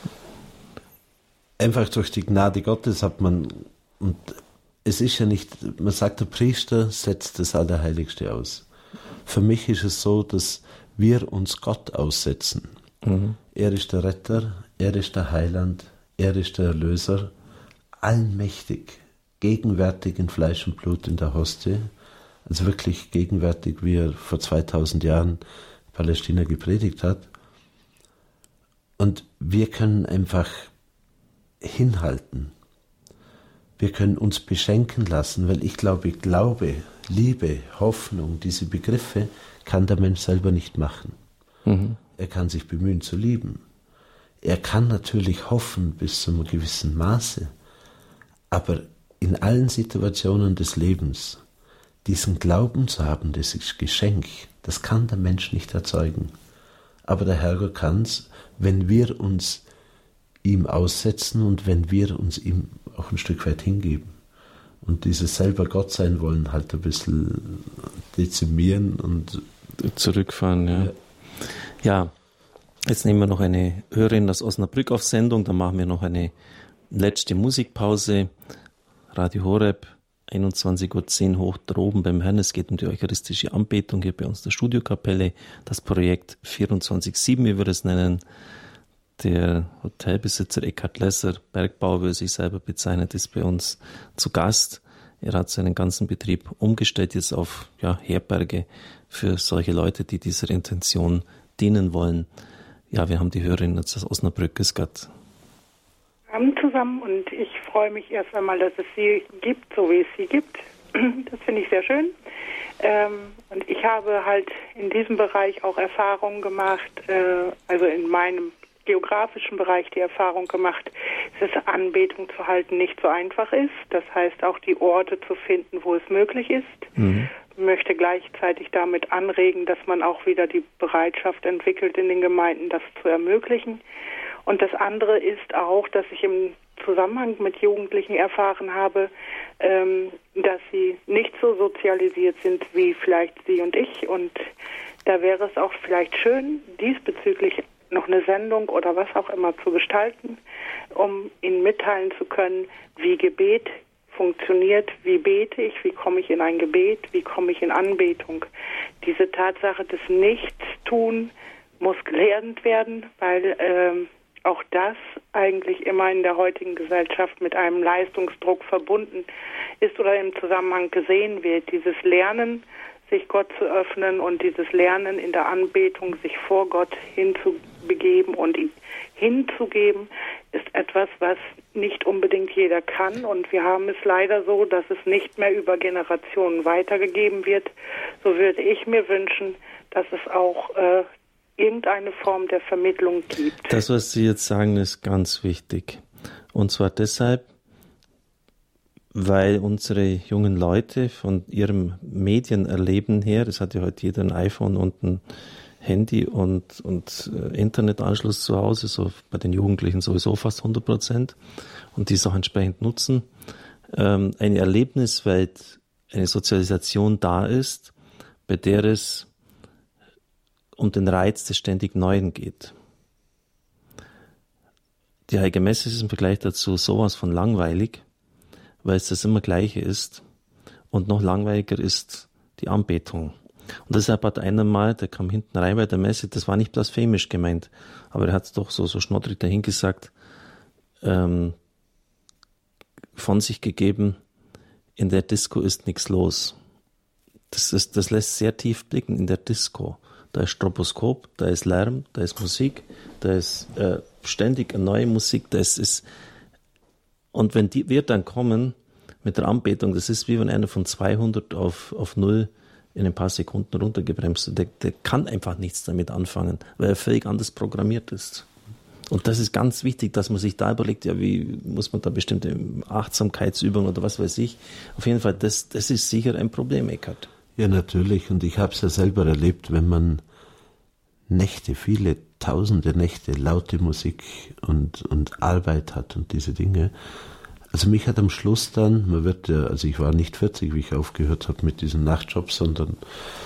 einfach durch die Gnade Gottes hat man, und es ist ja nicht, man sagt, der Priester setzt das Allerheiligste aus. Für mich ist es so, dass wir uns Gott aussetzen. Mhm. Er ist der Retter, er ist der Heiland, er ist der Erlöser, allmächtig, gegenwärtig in Fleisch und Blut in der Hostie, also wirklich gegenwärtig, wie er vor zweitausend Jahren in Palästina gepredigt hat. Und wir können einfach hinhalten. Wir können uns beschenken lassen, weil ich glaube, Glaube, Liebe, Hoffnung, diese Begriffe kann der Mensch selber nicht machen. Mhm. Er kann sich bemühen zu lieben. Er kann natürlich hoffen bis zu einem gewissen Maße, aber in allen Situationen des Lebens diesen Glauben zu haben, das ist Geschenk, das kann der Mensch nicht erzeugen. Aber der Herrgott kann es, wenn wir uns ihm aussetzen und wenn wir uns ihm auch ein Stück weit hingeben. Und dieses selber Gott sein wollen halt ein bisschen dezimieren und zurückfahren, ja. Ja, ja, jetzt nehmen wir noch eine Hörerin aus Osnabrück auf Sendung, dann machen wir noch eine letzte Musikpause. Radio Horeb, einundzwanzig Uhr zehn hoch droben beim Herrn. Es geht um die eucharistische Anbetung hier bei uns der Studiokapelle. Das Projekt vierundzwanzig sieben, wie wir es nennen. Der Hotelbesitzer Eckhard Lesser, Bergbauer, wie er sich selber bezeichnet, ist bei uns zu Gast. Er hat seinen ganzen Betrieb umgestellt jetzt auf ja, Herberge für solche Leute, die dieser Intention dienen wollen. Ja, wir haben die Hörerin jetzt aus Osnabrück. Grüß Gott. Abend zusammen, und ich freue mich erst einmal, dass es sie gibt, so wie es sie gibt. Das finde ich sehr schön. Ähm, und ich habe halt in diesem Bereich auch Erfahrungen gemacht, äh, also in meinem geografischen Bereich die Erfahrung gemacht, dass Anbetung zu halten nicht so einfach ist. Das heißt, auch die Orte zu finden, wo es möglich ist. Mhm. Ich möchte gleichzeitig damit anregen, dass man auch wieder die Bereitschaft entwickelt, in den Gemeinden das zu ermöglichen. Und das andere ist auch, dass ich im Zusammenhang mit Jugendlichen erfahren habe, ähm, dass sie nicht so sozialisiert sind wie vielleicht Sie und ich. Und da wäre es auch vielleicht schön, diesbezüglich noch eine Sendung oder was auch immer zu gestalten, um ihnen mitteilen zu können, wie Gebet funktioniert, wie bete ich, wie komme ich in ein Gebet, wie komme ich in Anbetung. Diese Tatsache des Nichtstun muss gelernt werden, weil ähm, auch das eigentlich immer in der heutigen Gesellschaft mit einem Leistungsdruck verbunden ist oder im Zusammenhang gesehen wird. Dieses Lernen, sich Gott zu öffnen, und dieses Lernen in der Anbetung, sich vor Gott hinzubegeben und ihn hinzugeben, ist etwas, was nicht unbedingt jeder kann. Und wir haben es leider so, dass es nicht mehr über Generationen weitergegeben wird. So würde ich mir wünschen, dass es auch äh, irgendeine Form der Vermittlung gibt. Das, was Sie jetzt sagen, ist ganz wichtig. Und zwar deshalb, weil unsere jungen Leute von ihrem Medienerleben her, es hat ja heute jeder ein iPhone und ein Handy und, und äh, Internetanschluss zu Hause, so bei den Jugendlichen sowieso fast hundert Prozent, und die es auch entsprechend nutzen, ähm, eine Erlebniswelt, eine Sozialisation da ist, bei der es um den Reiz des ständig Neuen geht. Die Heilige Messe ist im Vergleich dazu sowas von langweilig, weil es das immer Gleiche ist, und noch langweiliger ist die Anbetung. Und deshalb hat einer mal, der kam hinten rein bei der Messe, das war nicht blasphemisch gemeint, aber er hat es doch so, so schnoddrig dahin gesagt, ähm, von sich gegeben, in der Disco ist nichts los. Das ist, das lässt sehr tief blicken in der Disco. Da ist Stroboskop, da ist Lärm, da ist Musik, da ist äh, ständig eine neue Musik, da ist, ist und wenn die, wir dann kommen mit der Anbetung, das ist wie wenn einer von zweihundert auf, auf null in ein paar Sekunden runtergebremst wird. Der, der kann einfach nichts damit anfangen, weil er völlig anders programmiert ist. Und das ist ganz wichtig, dass man sich da überlegt, ja, wie muss man da bestimmte Achtsamkeitsübungen oder was weiß ich. Auf jeden Fall, das, das ist sicher ein Problem, Eckhart. Ja, natürlich. Und ich habe es ja selber erlebt, wenn man Nächte, viele tausende Nächte, laute Musik und, und Arbeit hat und diese Dinge. Also mich hat am Schluss dann, man wird ja, also ich war nicht vierzig, wie ich aufgehört habe mit diesen Nachtjobs, sondern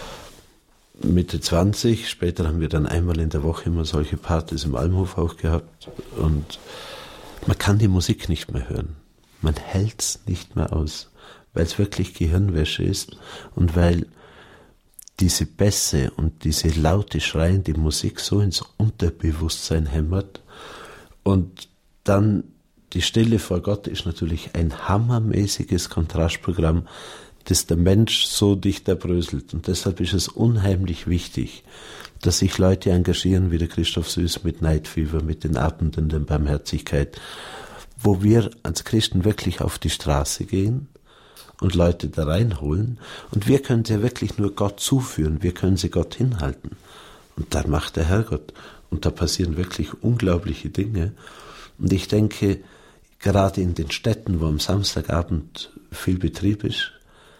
Mitte zwanzig. Später haben wir dann einmal in der Woche immer solche Partys im Almhof auch gehabt. Und man kann die Musik nicht mehr hören. Man hält es nicht mehr aus, weil es wirklich Gehirnwäsche ist und weil diese Bässe und diese laute schreiende Musik so ins Unterbewusstsein hämmert. Und dann die Stille vor Gott ist natürlich ein hammermäßiges Kontrastprogramm, das der Mensch so dicht erbröselt. Und deshalb ist es unheimlich wichtig, dass sich Leute engagieren, wie der Christoph Süß mit Night Fever, mit den Abenden der Barmherzigkeit, wo wir als Christen wirklich auf die Straße gehen und Leute da reinholen. Und wir können sie wirklich nur Gott zuführen, wir können sie Gott hinhalten. Und da macht der Herrgott. Und da passieren wirklich unglaubliche Dinge. Und ich denke, gerade in den Städten, wo am Samstagabend viel Betrieb ist,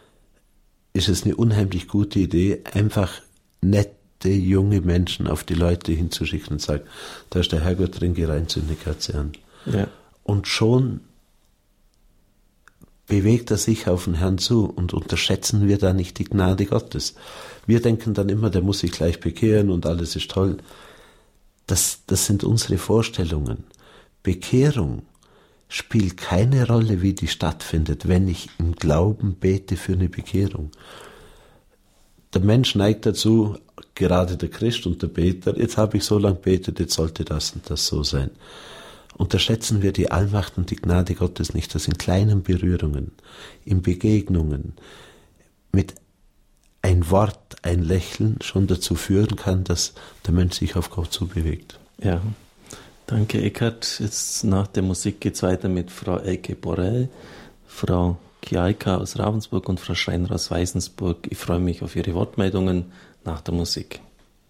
ist es eine unheimlich gute Idee, einfach nette, junge Menschen auf die Leute hinzuschicken und sagen, da ist der Herrgott drin, geh rein, zünd eine Kerze an. Ja. Und schon bewegt er sich auf den Herrn zu und unterschätzen wir da nicht die Gnade Gottes. Wir denken dann immer, der muss sich gleich bekehren und alles ist toll. Das, das sind unsere Vorstellungen. Bekehrung spielt keine Rolle, wie die stattfindet, wenn ich im Glauben bete für eine Bekehrung. Der Mensch neigt dazu, gerade der Christ und der Beter, jetzt habe ich so lange betet, jetzt sollte das und das so sein. Unterschätzen wir die Allmacht und die Gnade Gottes nicht, dass in kleinen Berührungen, in Begegnungen, mit ein Wort, ein Lächeln schon dazu führen kann, dass der Mensch sich auf Gott zubewegt. Ja. Danke, Eckhart. Jetzt nach der Musik geht es weiter mit Frau Elke Borell, Frau Kialka aus Ravensburg und Frau Schreiner aus Weißensburg. Ich freue mich auf Ihre Wortmeldungen nach der Musik.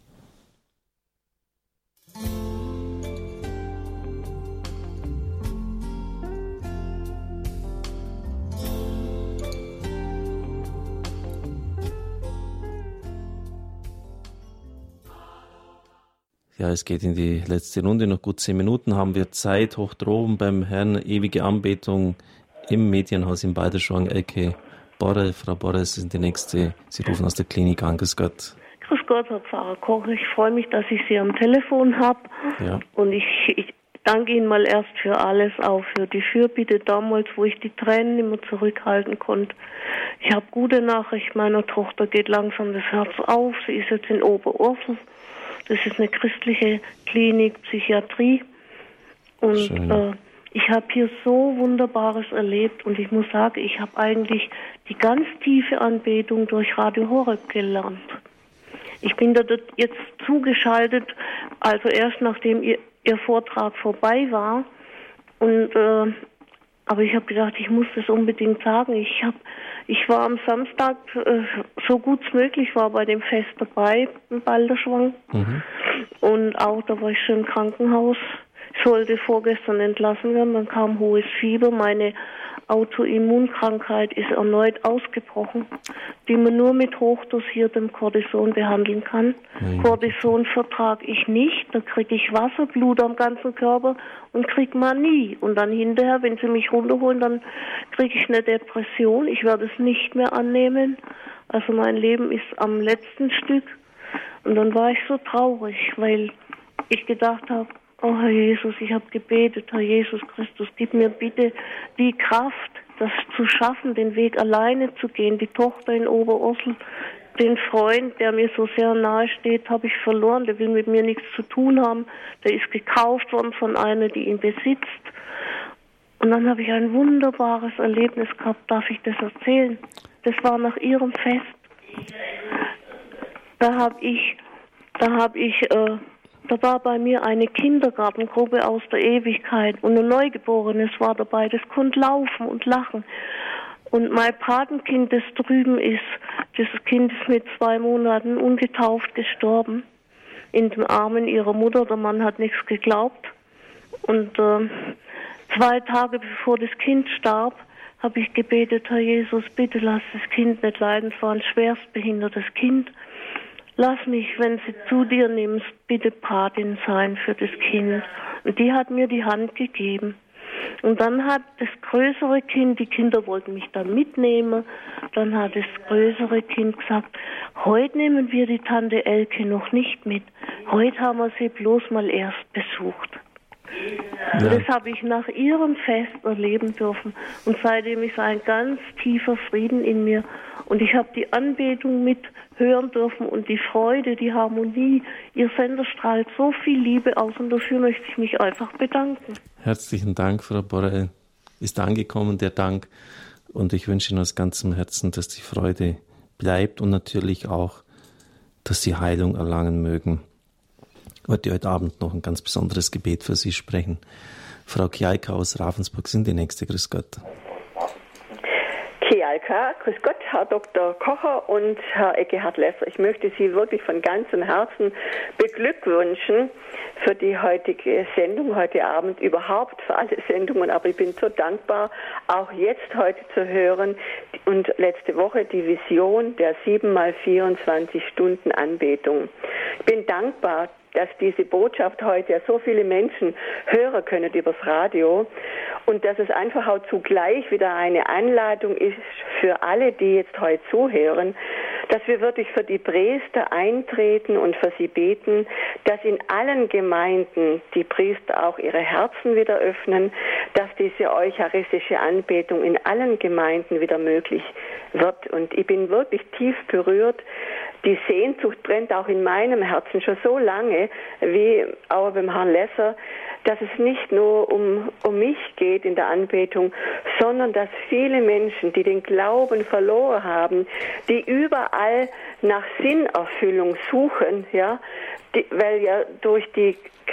Ja, es geht in die letzte Runde, noch gut zehn Minuten haben wir Zeit, hoch droben beim Herrn, ewige Anbetung im Medienhaus in Balderschwang. Elke Borrell, Frau Borrell, Sie sind die Nächste, Sie rufen aus der Klinik an. Grüß Gott. Grüß Gott, Herr Pfarrer Koch, ich freue mich, dass ich Sie am Telefon habe. Ja. Und ich, ich danke Ihnen mal erst für alles, auch für die Fürbitte damals, wo ich die Tränen immer zurückhalten konnte. Ich habe gute Nachricht, meiner Tochter geht langsam das Herz auf, sie ist jetzt in Oberursel. Das ist eine christliche Klinik, Psychiatrie. Und äh, ich habe hier so Wunderbares erlebt. Und ich muss sagen, ich habe eigentlich die ganz tiefe Anbetung durch Radio Horeb gelernt. Ich bin da jetzt zugeschaltet, also erst nachdem ihr, ihr Vortrag vorbei war. Und äh, aber ich habe gedacht, ich muss das unbedingt sagen. Ich habe, ich war am Samstag, äh, so gut es möglich war, bei dem Fest dabei in Balderschwang. Mhm. Und auch, da war ich schon im Krankenhaus. Ich sollte vorgestern entlassen werden, dann kam hohes Fieber. Meine Autoimmunkrankheit ist erneut ausgebrochen, die man nur mit hochdosiertem Cortison behandeln kann. Mhm. Cortison vertrage ich nicht, dann kriege ich Wasser, Blut am ganzen Körper und kriege Manie. Und dann hinterher, wenn sie mich runterholen, dann kriege ich eine Depression. Ich werde es nicht mehr annehmen. Also mein Leben ist am letzten Stück. Und dann war ich so traurig, weil ich gedacht habe, oh Herr Jesus, ich habe gebetet, Herr Jesus Christus, gib mir bitte die Kraft, das zu schaffen, den Weg alleine zu gehen. Die Tochter in Oberursel den Freund, der mir so sehr nahe steht, habe ich verloren. Der will mit mir nichts zu tun haben. Der ist gekauft worden von einer, die ihn besitzt. Und dann habe ich ein wunderbares Erlebnis gehabt. Darf ich das erzählen? Das war nach ihrem Fest. Da habe ich, da habe ich, äh, da war bei mir eine Kindergartengruppe aus der Ewigkeit und ein Neugeborenes war dabei. Das konnte laufen und lachen. Und mein Patenkind, das drüben ist, dieses Kind ist mit zwei Monaten ungetauft gestorben. In den Armen ihrer Mutter. Der Mann hat nichts geglaubt. Und äh, zwei Tage bevor das Kind starb, habe ich gebetet, Herr Jesus, bitte lass das Kind nicht leiden. Es war ein schwerstbehindertes Kind. Lass mich, wenn sie zu dir nimmst, bitte Patin sein für das Kind. Und die hat mir die Hand gegeben. Und dann hat das größere Kind, die Kinder wollten mich dann mitnehmen, dann hat das größere Kind gesagt, heute nehmen wir die Tante Elke noch nicht mit. Heute haben wir sie bloß mal erst besucht. Ja. Das habe ich nach ihrem Fest erleben dürfen. Und seitdem ist ein ganz tiefer Frieden in mir. Und ich habe die Anbetung mithören dürfen und die Freude, die Harmonie. Ihr Sender strahlt so viel Liebe aus und dafür möchte ich mich einfach bedanken. Herzlichen Dank, Frau Borrell. Ist angekommen, der Dank. Und ich wünsche Ihnen aus ganzem Herzen, dass die Freude bleibt und natürlich auch, dass Sie Heilung erlangen mögen. Ich wollte heute Abend noch ein ganz besonderes Gebet für Sie sprechen. Frau Kialka aus Ravensburg sind die nächste. Grüß Gott. Kialka, grüß Gott, Herr Doktor Kocher und Herr Eckehard Lesser. Ich möchte Sie wirklich von ganzem Herzen beglückwünschen für die heutige Sendung, heute Abend, überhaupt für alle Sendungen. Aber ich bin so dankbar, auch jetzt heute zu hören und letzte Woche die Vision der sieben mal vierundzwanzig Stunden Anbetung. Ich bin dankbar, dass diese Botschaft heute ja so viele Menschen hören können übers Radio und dass es einfach auch zugleich wieder eine Anladung ist für alle, die jetzt heute zuhören, dass wir wirklich für die Priester eintreten und für sie beten, dass in allen Gemeinden die Priester auch ihre Herzen wieder öffnen, dass diese eucharistische Anbetung in allen Gemeinden wieder möglich wird. Und ich bin wirklich tief berührt. Die Sehnsucht brennt auch in meinem Herzen schon so lange, wie auch beim Herrn Lesser, dass es nicht nur um, um mich geht in der Anbetung, sondern dass viele Menschen, die den Glauben verloren haben, die überall nach Sinnerfüllung suchen, ja, die, weil ja durch die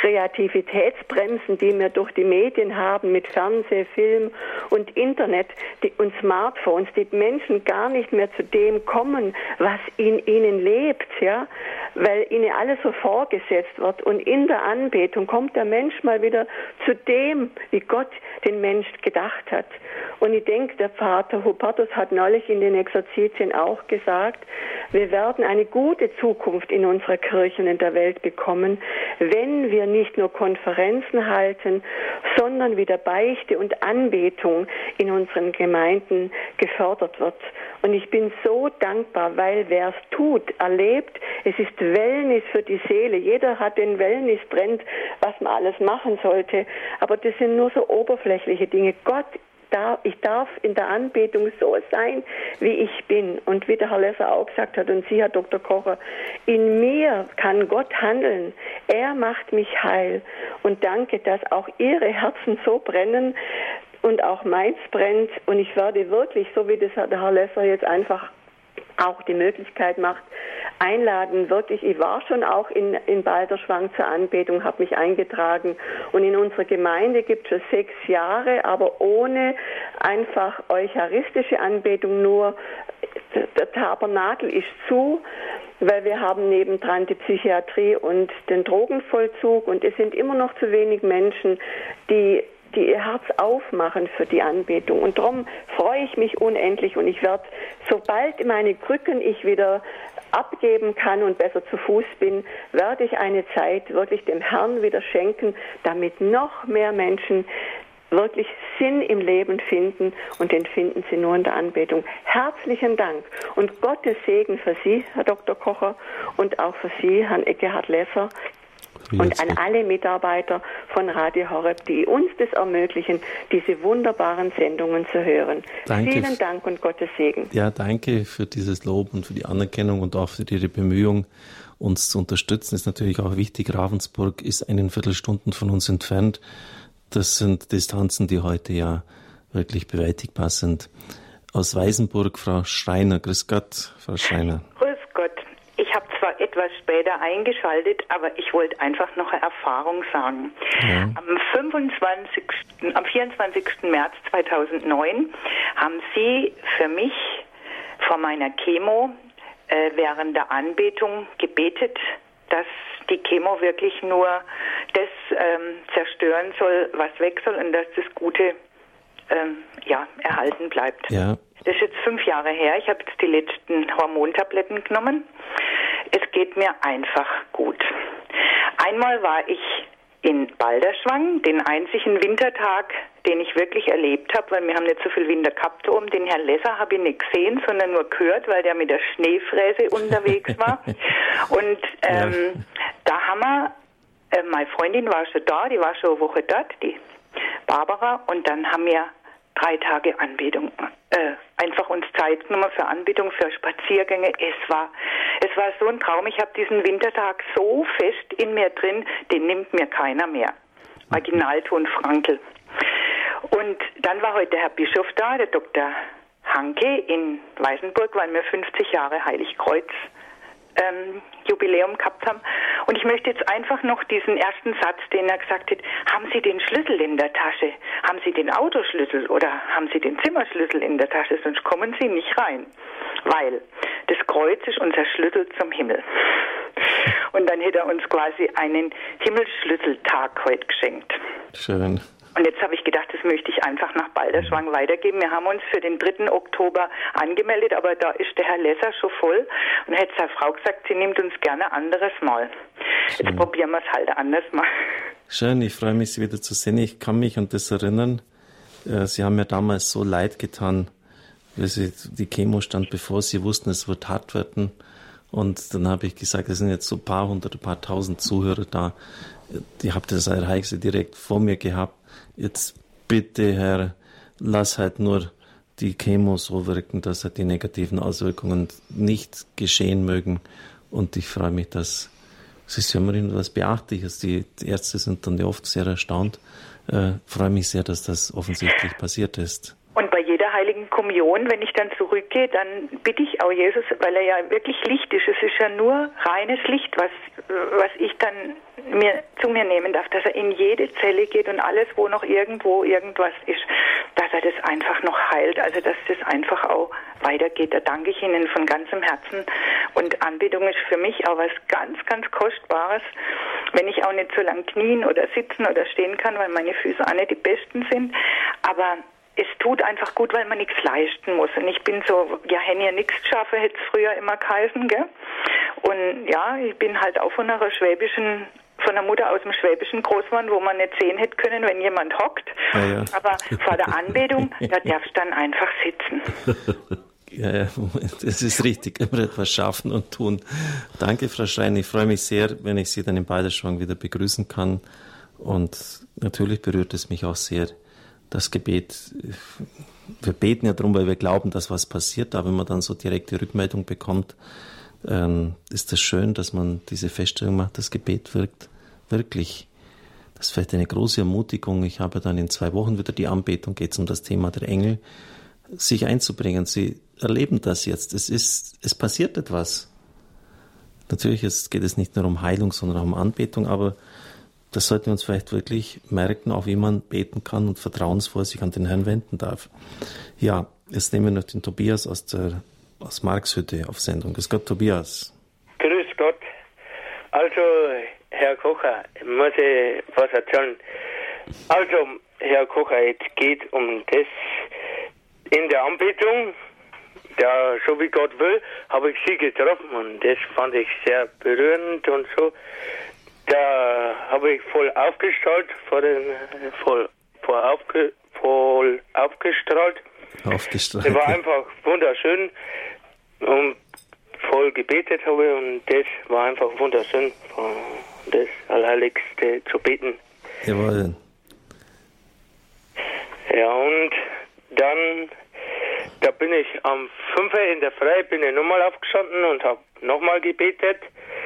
Kreativitätsbremsen, die wir durch die Medien haben, mit Fernseh, Film und Internet die, und Smartphones, die Menschen gar nicht mehr zu dem kommen, was in ihnen lebt, ja, weil ihnen alles so vorgesetzt wird. Und in der Anbetung kommt der Mensch mal wieder zu dem, wie Gott den Mensch gedacht hat. Und ich denke, der Vater Hubertus hat neulich in den Exerzitien auch gesagt, wir werden eine gute Zukunft in unserer Kirche und in der Welt bekommen, wenn wir nicht nur Konferenzen halten, sondern wieder Beichte und Anbetung in unseren Gemeinden gefördert wird. Und ich bin so dankbar, weil wer es tut, erlebt, es ist Wellness für die Seele. Jeder hat den Wellness-Trend, was man alles machen sollte. Aber das sind nur so oberflächliche Dinge. Gott Ich darf in der Anbetung so sein, wie ich bin. Und wie der Herr Lesser auch gesagt hat, und Sie, Herr Doktor Kocher, in mir kann Gott handeln. Er macht mich heil. Und danke, dass auch Ihre Herzen so brennen und auch meins brennt. Und ich werde wirklich, so wie das der Herr Lesser jetzt einfach auch die Möglichkeit macht, einladen, wirklich, ich war schon auch in, in Balderschwang zur Anbetung, habe mich eingetragen und in unserer Gemeinde gibt es schon sechs Jahre, aber ohne einfach eucharistische Anbetung, nur der Tabernakel ist zu, weil wir haben nebendran die Psychiatrie und den Drogenvollzug und es sind immer noch zu wenig Menschen, die die ihr Herz aufmachen für die Anbetung. Und darum freue ich mich unendlich und ich werde, sobald meine Krücken ich wieder abgeben kann und besser zu Fuß bin, werde ich eine Zeit wirklich dem Herrn wieder schenken, damit noch mehr Menschen wirklich Sinn im Leben finden und den finden sie nur in der Anbetung. Herzlichen Dank und Gottes Segen für Sie, Herr Doktor Kocher, und auch für Sie, Herrn Eckehard Lesser. Und an alle Mitarbeiter von Radio Horeb, die uns das ermöglichen, diese wunderbaren Sendungen zu hören. Danke. Vielen Dank und Gottes Segen. Ja, danke für dieses Lob und für die Anerkennung und auch für Ihre Bemühung, uns zu unterstützen. Ist natürlich auch wichtig. Ravensburg ist eine Viertelstunde von uns entfernt. Das sind Distanzen, die heute ja wirklich bewältigbar sind. Aus Weißenburg, Frau Schreiner. Grüß Gott, Frau Schreiner. Grüß Gott. Ich habe zwar etwas später eingeschaltet, aber ich wollte einfach noch eine Erfahrung sagen. Ja. Am fünfundzwanzigsten, am vierundzwanzigsten März zweitausendneun haben Sie für mich vor meiner Chemo äh, während der Anbetung gebetet, dass die Chemo wirklich nur das ähm, zerstören soll, was weg soll, und dass das Gute ähm, ja, erhalten bleibt. Ja. Das ist jetzt fünf Jahre her. Ich habe jetzt die letzten Hormontabletten genommen. Es geht mir einfach gut. Einmal war ich in Balderschwang, den einzigen Wintertag, den ich wirklich erlebt habe, weil wir haben nicht so viel Winter gehabt oben. Den Herrn Lesser habe ich nicht gesehen, sondern nur gehört, weil der mit der Schneefräse unterwegs war. Und ähm, ja. da haben wir, äh, meine Freundin war schon da, die war schon eine Woche dort, die Barbara, und dann haben wir drei Tage Anbetung, äh, einfach uns Zeit genommen für Anbetung, für Spaziergänge. Es war, es war so ein Traum. Ich habe diesen Wintertag so fest in mir drin, den nimmt mir keiner mehr. Originalton Frankl. Und dann war heute der Herr Bischof da, der Doktor Hanke in Weißenburg, weil wir fünfzig Jahre Heiligkreuz Ähm, Jubiläum gehabt haben. Und ich möchte jetzt einfach noch diesen ersten Satz, den er gesagt hat: Haben Sie den Schlüssel in der Tasche? Haben Sie den Autoschlüssel oder haben Sie den Zimmerschlüssel in der Tasche? Sonst kommen Sie nicht rein. Weil das Kreuz ist unser Schlüssel zum Himmel. Und dann hätte er uns quasi einen Himmelsschlüsseltag heute geschenkt. Schön. Und jetzt habe ich gedacht, das möchte ich einfach nach Balderschwang weitergeben. Wir haben uns für den dritten Oktober angemeldet, aber da ist der Herr Lesser schon voll. Und da hätte seine Frau gesagt, sie nimmt uns gerne anderes Mal. Schön. Jetzt probieren wir es halt anders mal. Schön, ich freue mich, Sie wieder zu sehen. Ich kann mich an das erinnern. Sie haben mir damals so leid getan, weil Sie, die Chemo stand bevor, Sie wussten, es wird hart werden. Und dann habe ich gesagt, es sind jetzt so ein paar hundert, ein paar tausend Zuhörer da. Die habt das Ereignis direkt vor mir gehabt. Jetzt bitte, Herr, lass halt nur die Chemo so wirken, dass halt die negativen Auswirkungen nicht geschehen mögen. Und ich freue mich, dass es ist ja immerhin was Beachtliches. Die Ärzte sind dann ja oft sehr erstaunt. Äh, freue mich sehr, dass das offensichtlich passiert ist. Und bei jeder Heiligen Kommunion, wenn ich dann zurückgehe, dann bitte ich auch Jesus, weil er ja wirklich Licht ist. Es ist ja nur reines Licht, was, was ich dann mir zu mir nehmen darf, dass er in jede Zelle geht und alles, wo noch irgendwo irgendwas ist, dass er das einfach noch heilt, also dass das einfach auch weitergeht. Da danke ich Ihnen von ganzem Herzen. Und Anbetung ist für mich auch was ganz, ganz Kostbares, wenn ich auch nicht so lang knien oder sitzen oder stehen kann, weil meine Füße auch nicht die besten sind, aber es tut einfach gut, weil man nichts leisten muss. Und ich bin so, ja, Henny, nichts schaffe, hätte es früher immer geheißen, gell? Und ja, ich bin halt auch von einer schwäbischen, von der Mutter aus dem Schwäbischen groß geworden, wo man nicht sehen hätte können, wenn jemand hockt. Ja, ja. Aber vor der Anbetung, da darfst du dann einfach sitzen. Ja, ja, das ist richtig. Immer etwas schaffen und tun. Danke, Frau Schrein. Ich freue mich sehr, wenn ich Sie dann in Balderschwang wieder begrüßen kann. Und natürlich berührt es mich auch sehr, das Gebet. Wir beten ja darum, weil wir glauben, dass was passiert. Aber wenn man dann so direkte Rückmeldung bekommt, ähm, ist das schön, dass man diese Feststellung macht, das Gebet wirkt wirklich. Das ist vielleicht eine große Ermutigung. Ich habe dann in zwei Wochen wieder die Anbetung, geht es um das Thema der Engel, sich einzubringen. Sie erleben das jetzt. Es ist, es passiert etwas. Natürlich ist, geht es nicht nur um Heilung, sondern auch um Anbetung, aber das sollten wir uns vielleicht wirklich merken, auch wie man beten kann und vertrauensvoll sich an den Herrn wenden darf. Ja, jetzt nehmen wir noch den Tobias aus der aus Markshütte auf Sendung. Grüß Gott, Tobias. Grüß Gott. Also, Herr Kocher, muss ich was erzählen. Also, Herr Kocher, jetzt geht um das in der Anbetung, ja, so wie Gott will, habe ich Sie getroffen und das fand ich sehr berührend und so. Da habe ich voll aufgestrahlt, vor den, voll, voll, aufge, voll aufgestrahlt. Aufgestrahlt. Es war einfach wunderschön und voll gebetet habe und das war einfach wunderschön. das Allerheiligste zu beten. Jawohl. Ja, und dann, da bin ich am fünf Uhr in der Früh, bin ich nochmal aufgestanden und habe nochmal gebetet.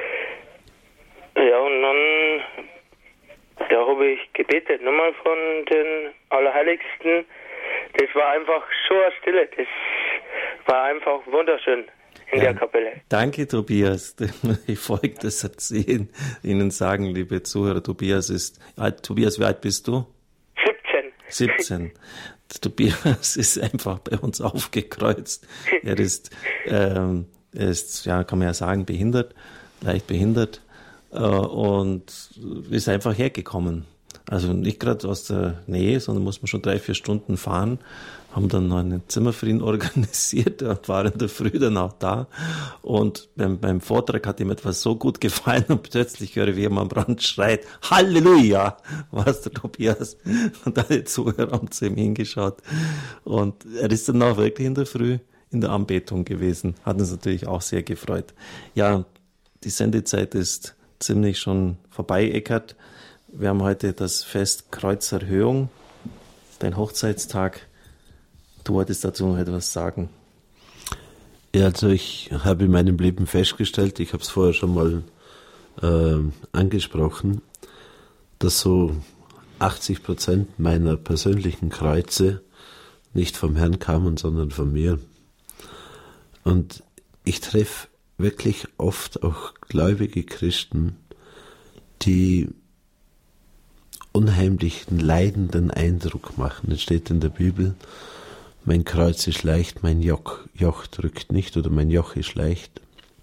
Ja, und dann, da habe ich gebetet, nochmal von den Allerheiligsten. Das war einfach so eine Stille, das war einfach wunderschön in ja, der Kapelle. Danke, Tobias. Ich folge das erzählen, Ihnen sagen, liebe Zuhörer, Tobias ist, alt, Tobias, wie alt bist du? siebzehn. siebzehn. Tobias ist einfach bei uns aufgekreuzt. Er ist, ähm, er ist, ja, kann man ja sagen, behindert, leicht behindert, äh, und ist einfach hergekommen. Also nicht gerade aus der Nähe, sondern muss man schon drei, vier Stunden fahren. Haben dann noch ein Zimmer für ihn organisiert und war in der Früh dann auch da. Und beim, beim Vortrag hat ihm etwas so gut gefallen und plötzlich höre ich, wie er am Rand schreit, Halleluja, war es der Tobias. Und alle Zuhörer haben zu ihm hingeschaut. Und er ist dann auch wirklich in der Früh in der Anbetung gewesen. Hat uns natürlich auch sehr gefreut. Ja, die Sendezeit ist ziemlich schon vorbei, Eckhard. Wir haben heute das Fest Kreuzerhöhung, dein Hochzeitstag. Du wolltest dazu noch etwas sagen. Ja, also ich habe in meinem Leben festgestellt, ich habe es vorher schon mal äh, angesprochen, dass so achtzig Prozent meiner persönlichen Kreuze nicht vom Herrn kamen, sondern von mir. Und ich treffe wirklich oft auch gläubige Christen, die unheimlichen leidenden Eindruck machen. Es steht in der Bibel, mein Kreuz ist leicht, mein Joch, Joch drückt nicht, oder mein Joch ist leicht.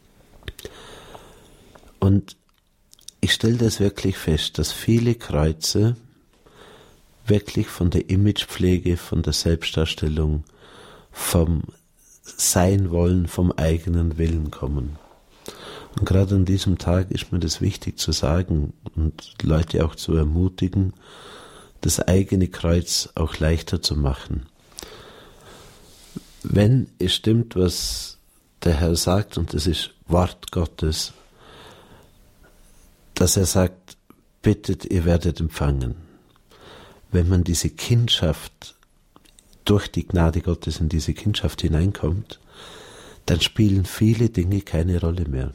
Und ich stelle das wirklich fest, dass viele Kreuze wirklich von der Imagepflege, von der Selbstdarstellung, vom Seinwollen, vom eigenen Willen kommen. Und gerade an diesem Tag ist mir das wichtig zu sagen und Leute auch zu ermutigen, das eigene Kreuz auch leichter zu machen. Wenn es stimmt, was der Herr sagt, und das ist Wort Gottes, dass er sagt, bittet, ihr werdet empfangen. Wenn man diese Kindschaft, durch die Gnade Gottes in diese Kindschaft hineinkommt, dann spielen viele Dinge keine Rolle mehr.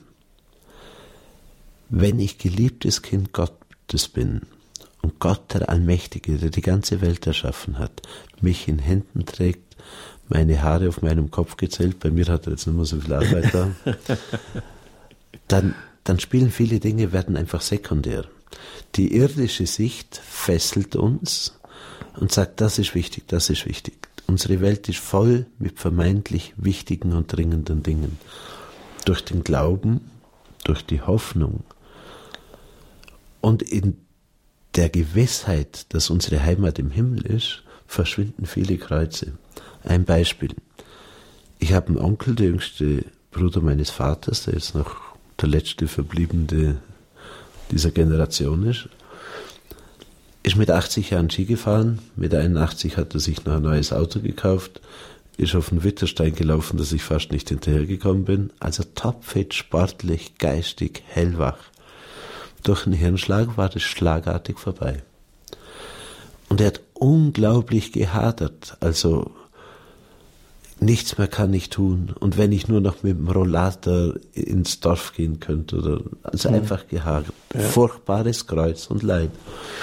Wenn ich geliebtes Kind Gottes bin und Gott, der Allmächtige, der die ganze Welt erschaffen hat, mich in Händen trägt, meine Haare auf meinem Kopf gezählt, bei mir hat er jetzt nicht mehr so viel Arbeit da, dann, dann spielen viele Dinge, werden einfach sekundär. Die irdische Sicht fesselt uns und sagt, das ist wichtig, das ist wichtig. Unsere Welt ist voll mit vermeintlich wichtigen und dringenden Dingen. Durch den Glauben, durch die Hoffnung und in der Gewissheit, dass unsere Heimat im Himmel ist, verschwinden viele Kreuze. Ein Beispiel. Ich habe einen Onkel, der jüngste Bruder meines Vaters, der jetzt noch der letzte Verbliebene dieser Generation ist, ist mit achtzig Jahren Ski gefahren, mit einundachtzig hat er sich noch ein neues Auto gekauft, ist auf den Witterstein gelaufen, dass ich fast nicht hinterhergekommen bin, also topfit, sportlich, geistig, hellwach. Durch einen Hirnschlag war das schlagartig vorbei. Und er hat unglaublich gehadert, also nichts mehr kann ich tun. Und wenn ich nur noch mit dem Rollator ins Dorf gehen könnte, oder, also mhm. einfach gehadert. Ja. Furchtbares Kreuz und Leid.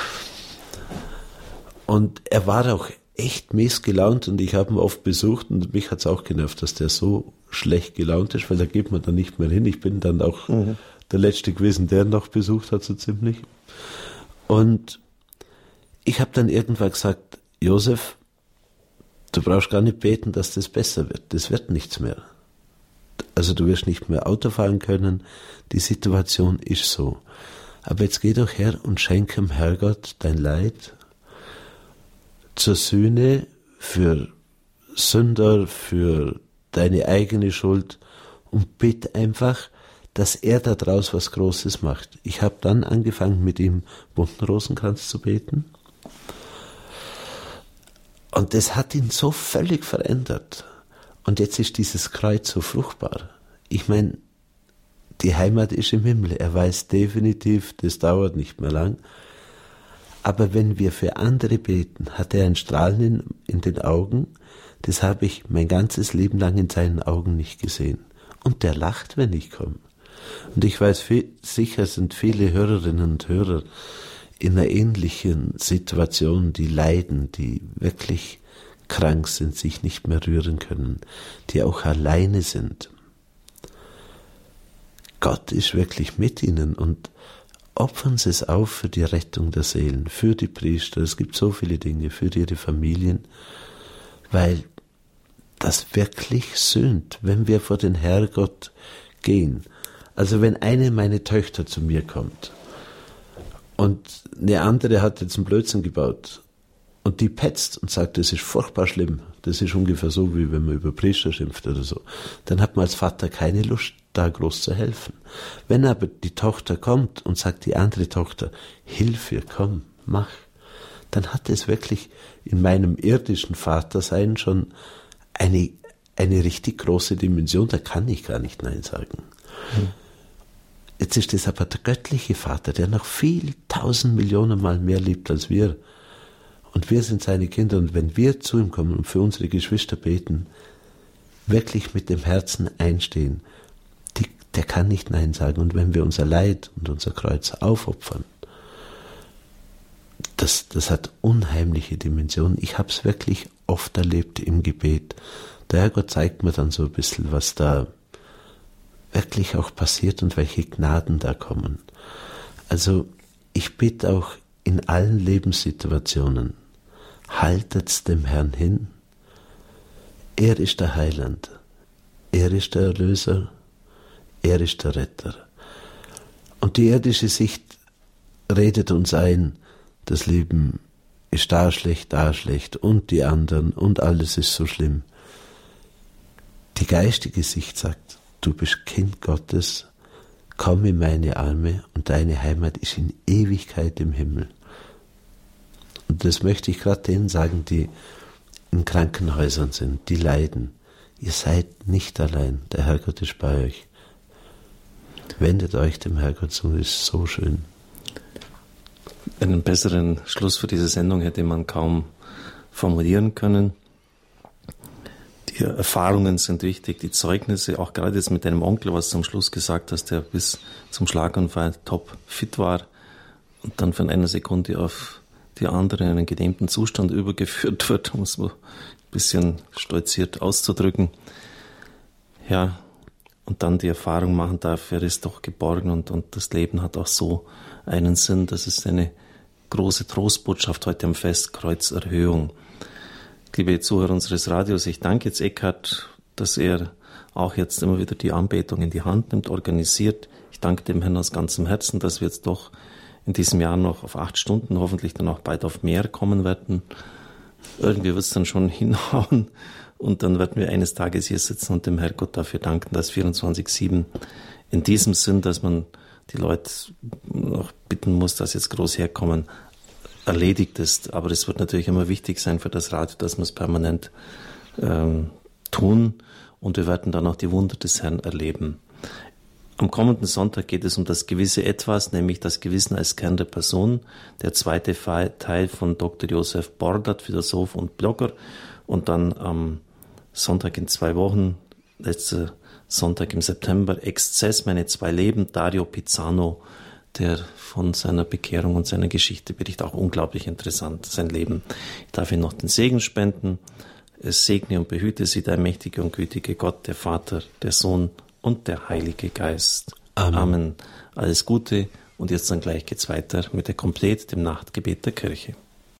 Und er war auch echt mies gelaunt und ich habe ihn oft besucht und mich hat es auch genervt, dass der so schlecht gelaunt ist, weil da geht man dann nicht mehr hin. Ich bin dann auch mhm. der Letzte gewesen, der ihn noch besucht hat, so ziemlich. Und ich habe dann irgendwann gesagt, Josef, du brauchst gar nicht beten, dass das besser wird. Das wird nichts mehr. Also du wirst nicht mehr Auto fahren können. Die Situation ist so. Aber jetzt geh doch her und schenk dem Herrgott dein Leid zur Sühne für Sünder, für deine eigene Schuld und bitt einfach, dass er da draus was Großes macht. Ich habe dann angefangen, mit ihm bunten Rosenkranz zu beten. Und das hat ihn so völlig verändert. Und jetzt ist dieses Kreuz so fruchtbar. Ich meine, die Heimat ist im Himmel. Er weiß definitiv, das dauert nicht mehr lang. Aber wenn wir für andere beten, hat er ein Strahlen in, in den Augen. Das habe ich mein ganzes Leben lang in seinen Augen nicht gesehen. Und der lacht, wenn ich komme. Und ich weiß, viel, sicher sind viele Hörerinnen und Hörer in einer ähnlichen Situation, die leiden, die wirklich krank sind, sich nicht mehr rühren können, die auch alleine sind. Gott ist wirklich mit ihnen und opfern Sie es auf für die Rettung der Seelen, für die Priester, es gibt so viele Dinge, für ihre Familien, weil das wirklich sühnt, wenn wir vor den Herrgott gehen. Also wenn eine meiner Töchter zu mir kommt und eine andere hat jetzt einen Blödsinn gebaut und die petzt und sagt, das ist furchtbar schlimm, das ist ungefähr so, wie wenn man über Priester schimpft oder so, dann hat man als Vater keine Lust, da groß zu helfen. Wenn aber die Tochter kommt und sagt die andere Tochter, hilf ihr, komm, mach, dann hat es wirklich in meinem irdischen Vatersein schon eine, eine richtig große Dimension, da kann ich gar nicht Nein sagen. Hm. Jetzt ist das aber der göttliche Vater, der noch viel tausend Millionen Mal mehr liebt als wir. Und wir sind seine Kinder. Und wenn wir zu ihm kommen und für unsere Geschwister beten, wirklich mit dem Herzen einstehen, die, der kann nicht Nein sagen. Und wenn wir unser Leid und unser Kreuz aufopfern, das, das hat unheimliche Dimensionen. Ich habe es wirklich oft erlebt im Gebet. Der Herrgott zeigt mir dann so ein bisschen, was da wirklich auch passiert und welche Gnaden da kommen. Also ich bitte auch in allen Lebenssituationen, haltet's dem Herrn hin. Er ist der Heiland, er ist der Erlöser, er ist der Retter. Und die irdische Sicht redet uns ein, das Leben ist da schlecht, da schlecht und die anderen und alles ist so schlimm. Die geistige Sicht sagt, du bist Kind Gottes, komm in meine Arme und deine Heimat ist in Ewigkeit im Himmel. Und das möchte ich gerade denen sagen, die in Krankenhäusern sind, die leiden. Ihr seid nicht allein, der Herrgott ist bei euch. Wendet euch dem Herrgott zu, ist so schön. Einen besseren Schluss für diese Sendung hätte man kaum formulieren können. Die Erfahrungen sind wichtig, die Zeugnisse, auch gerade jetzt mit deinem Onkel, was du am Schluss gesagt hast, der bis zum Schlaganfall top fit war und dann von einer Sekunde auf die andere in einen gelähmten Zustand übergeführt wird, um es ein bisschen stolziert auszudrücken. Ja, und dann die Erfahrung machen darf, er ist doch geborgen und, und das Leben hat auch so einen Sinn. Das ist eine große Trostbotschaft heute am Fest Kreuzerhöhung. Liebe Zuhörer unseres Radios, ich danke jetzt Eckhard, dass er auch jetzt immer wieder die Anbetung in die Hand nimmt, organisiert. Ich danke dem Herrn aus ganzem Herzen, dass wir jetzt doch in diesem Jahr noch auf acht Stunden, hoffentlich dann auch bald auf mehr kommen werden. Irgendwie wird es dann schon hinhauen und dann werden wir eines Tages hier sitzen und dem Herrgott dafür danken, dass vierundzwanzig sieben in diesem Sinn, dass man die Leute noch bitten muss, dass jetzt groß herkommen, erledigt ist. Aber es wird natürlich immer wichtig sein für das Radio, dass wir es permanent ähm, tun und wir werden dann auch die Wunder des Herrn erleben. Am kommenden Sonntag geht es um das gewisse Etwas, nämlich das Gewissen als Kern der Person. Der zweite Teil von Doktor Josef Bordert, Philosoph und Blogger. Und dann am Sonntag in zwei Wochen, letzter Sonntag im September, Exzess, meine zwei Leben, Dario Pizzano, der von seiner Bekehrung und seiner Geschichte berichtet, auch unglaublich interessant, sein Leben. Ich darf Ihnen noch den Segen spenden. Es segne und behüte Sie der mächtige und gütige Gott, der Vater, der Sohn und der Heilige Geist. Amen. Amen. Alles Gute und jetzt dann gleich geht's weiter mit der Komplett, dem Nachtgebet der Kirche.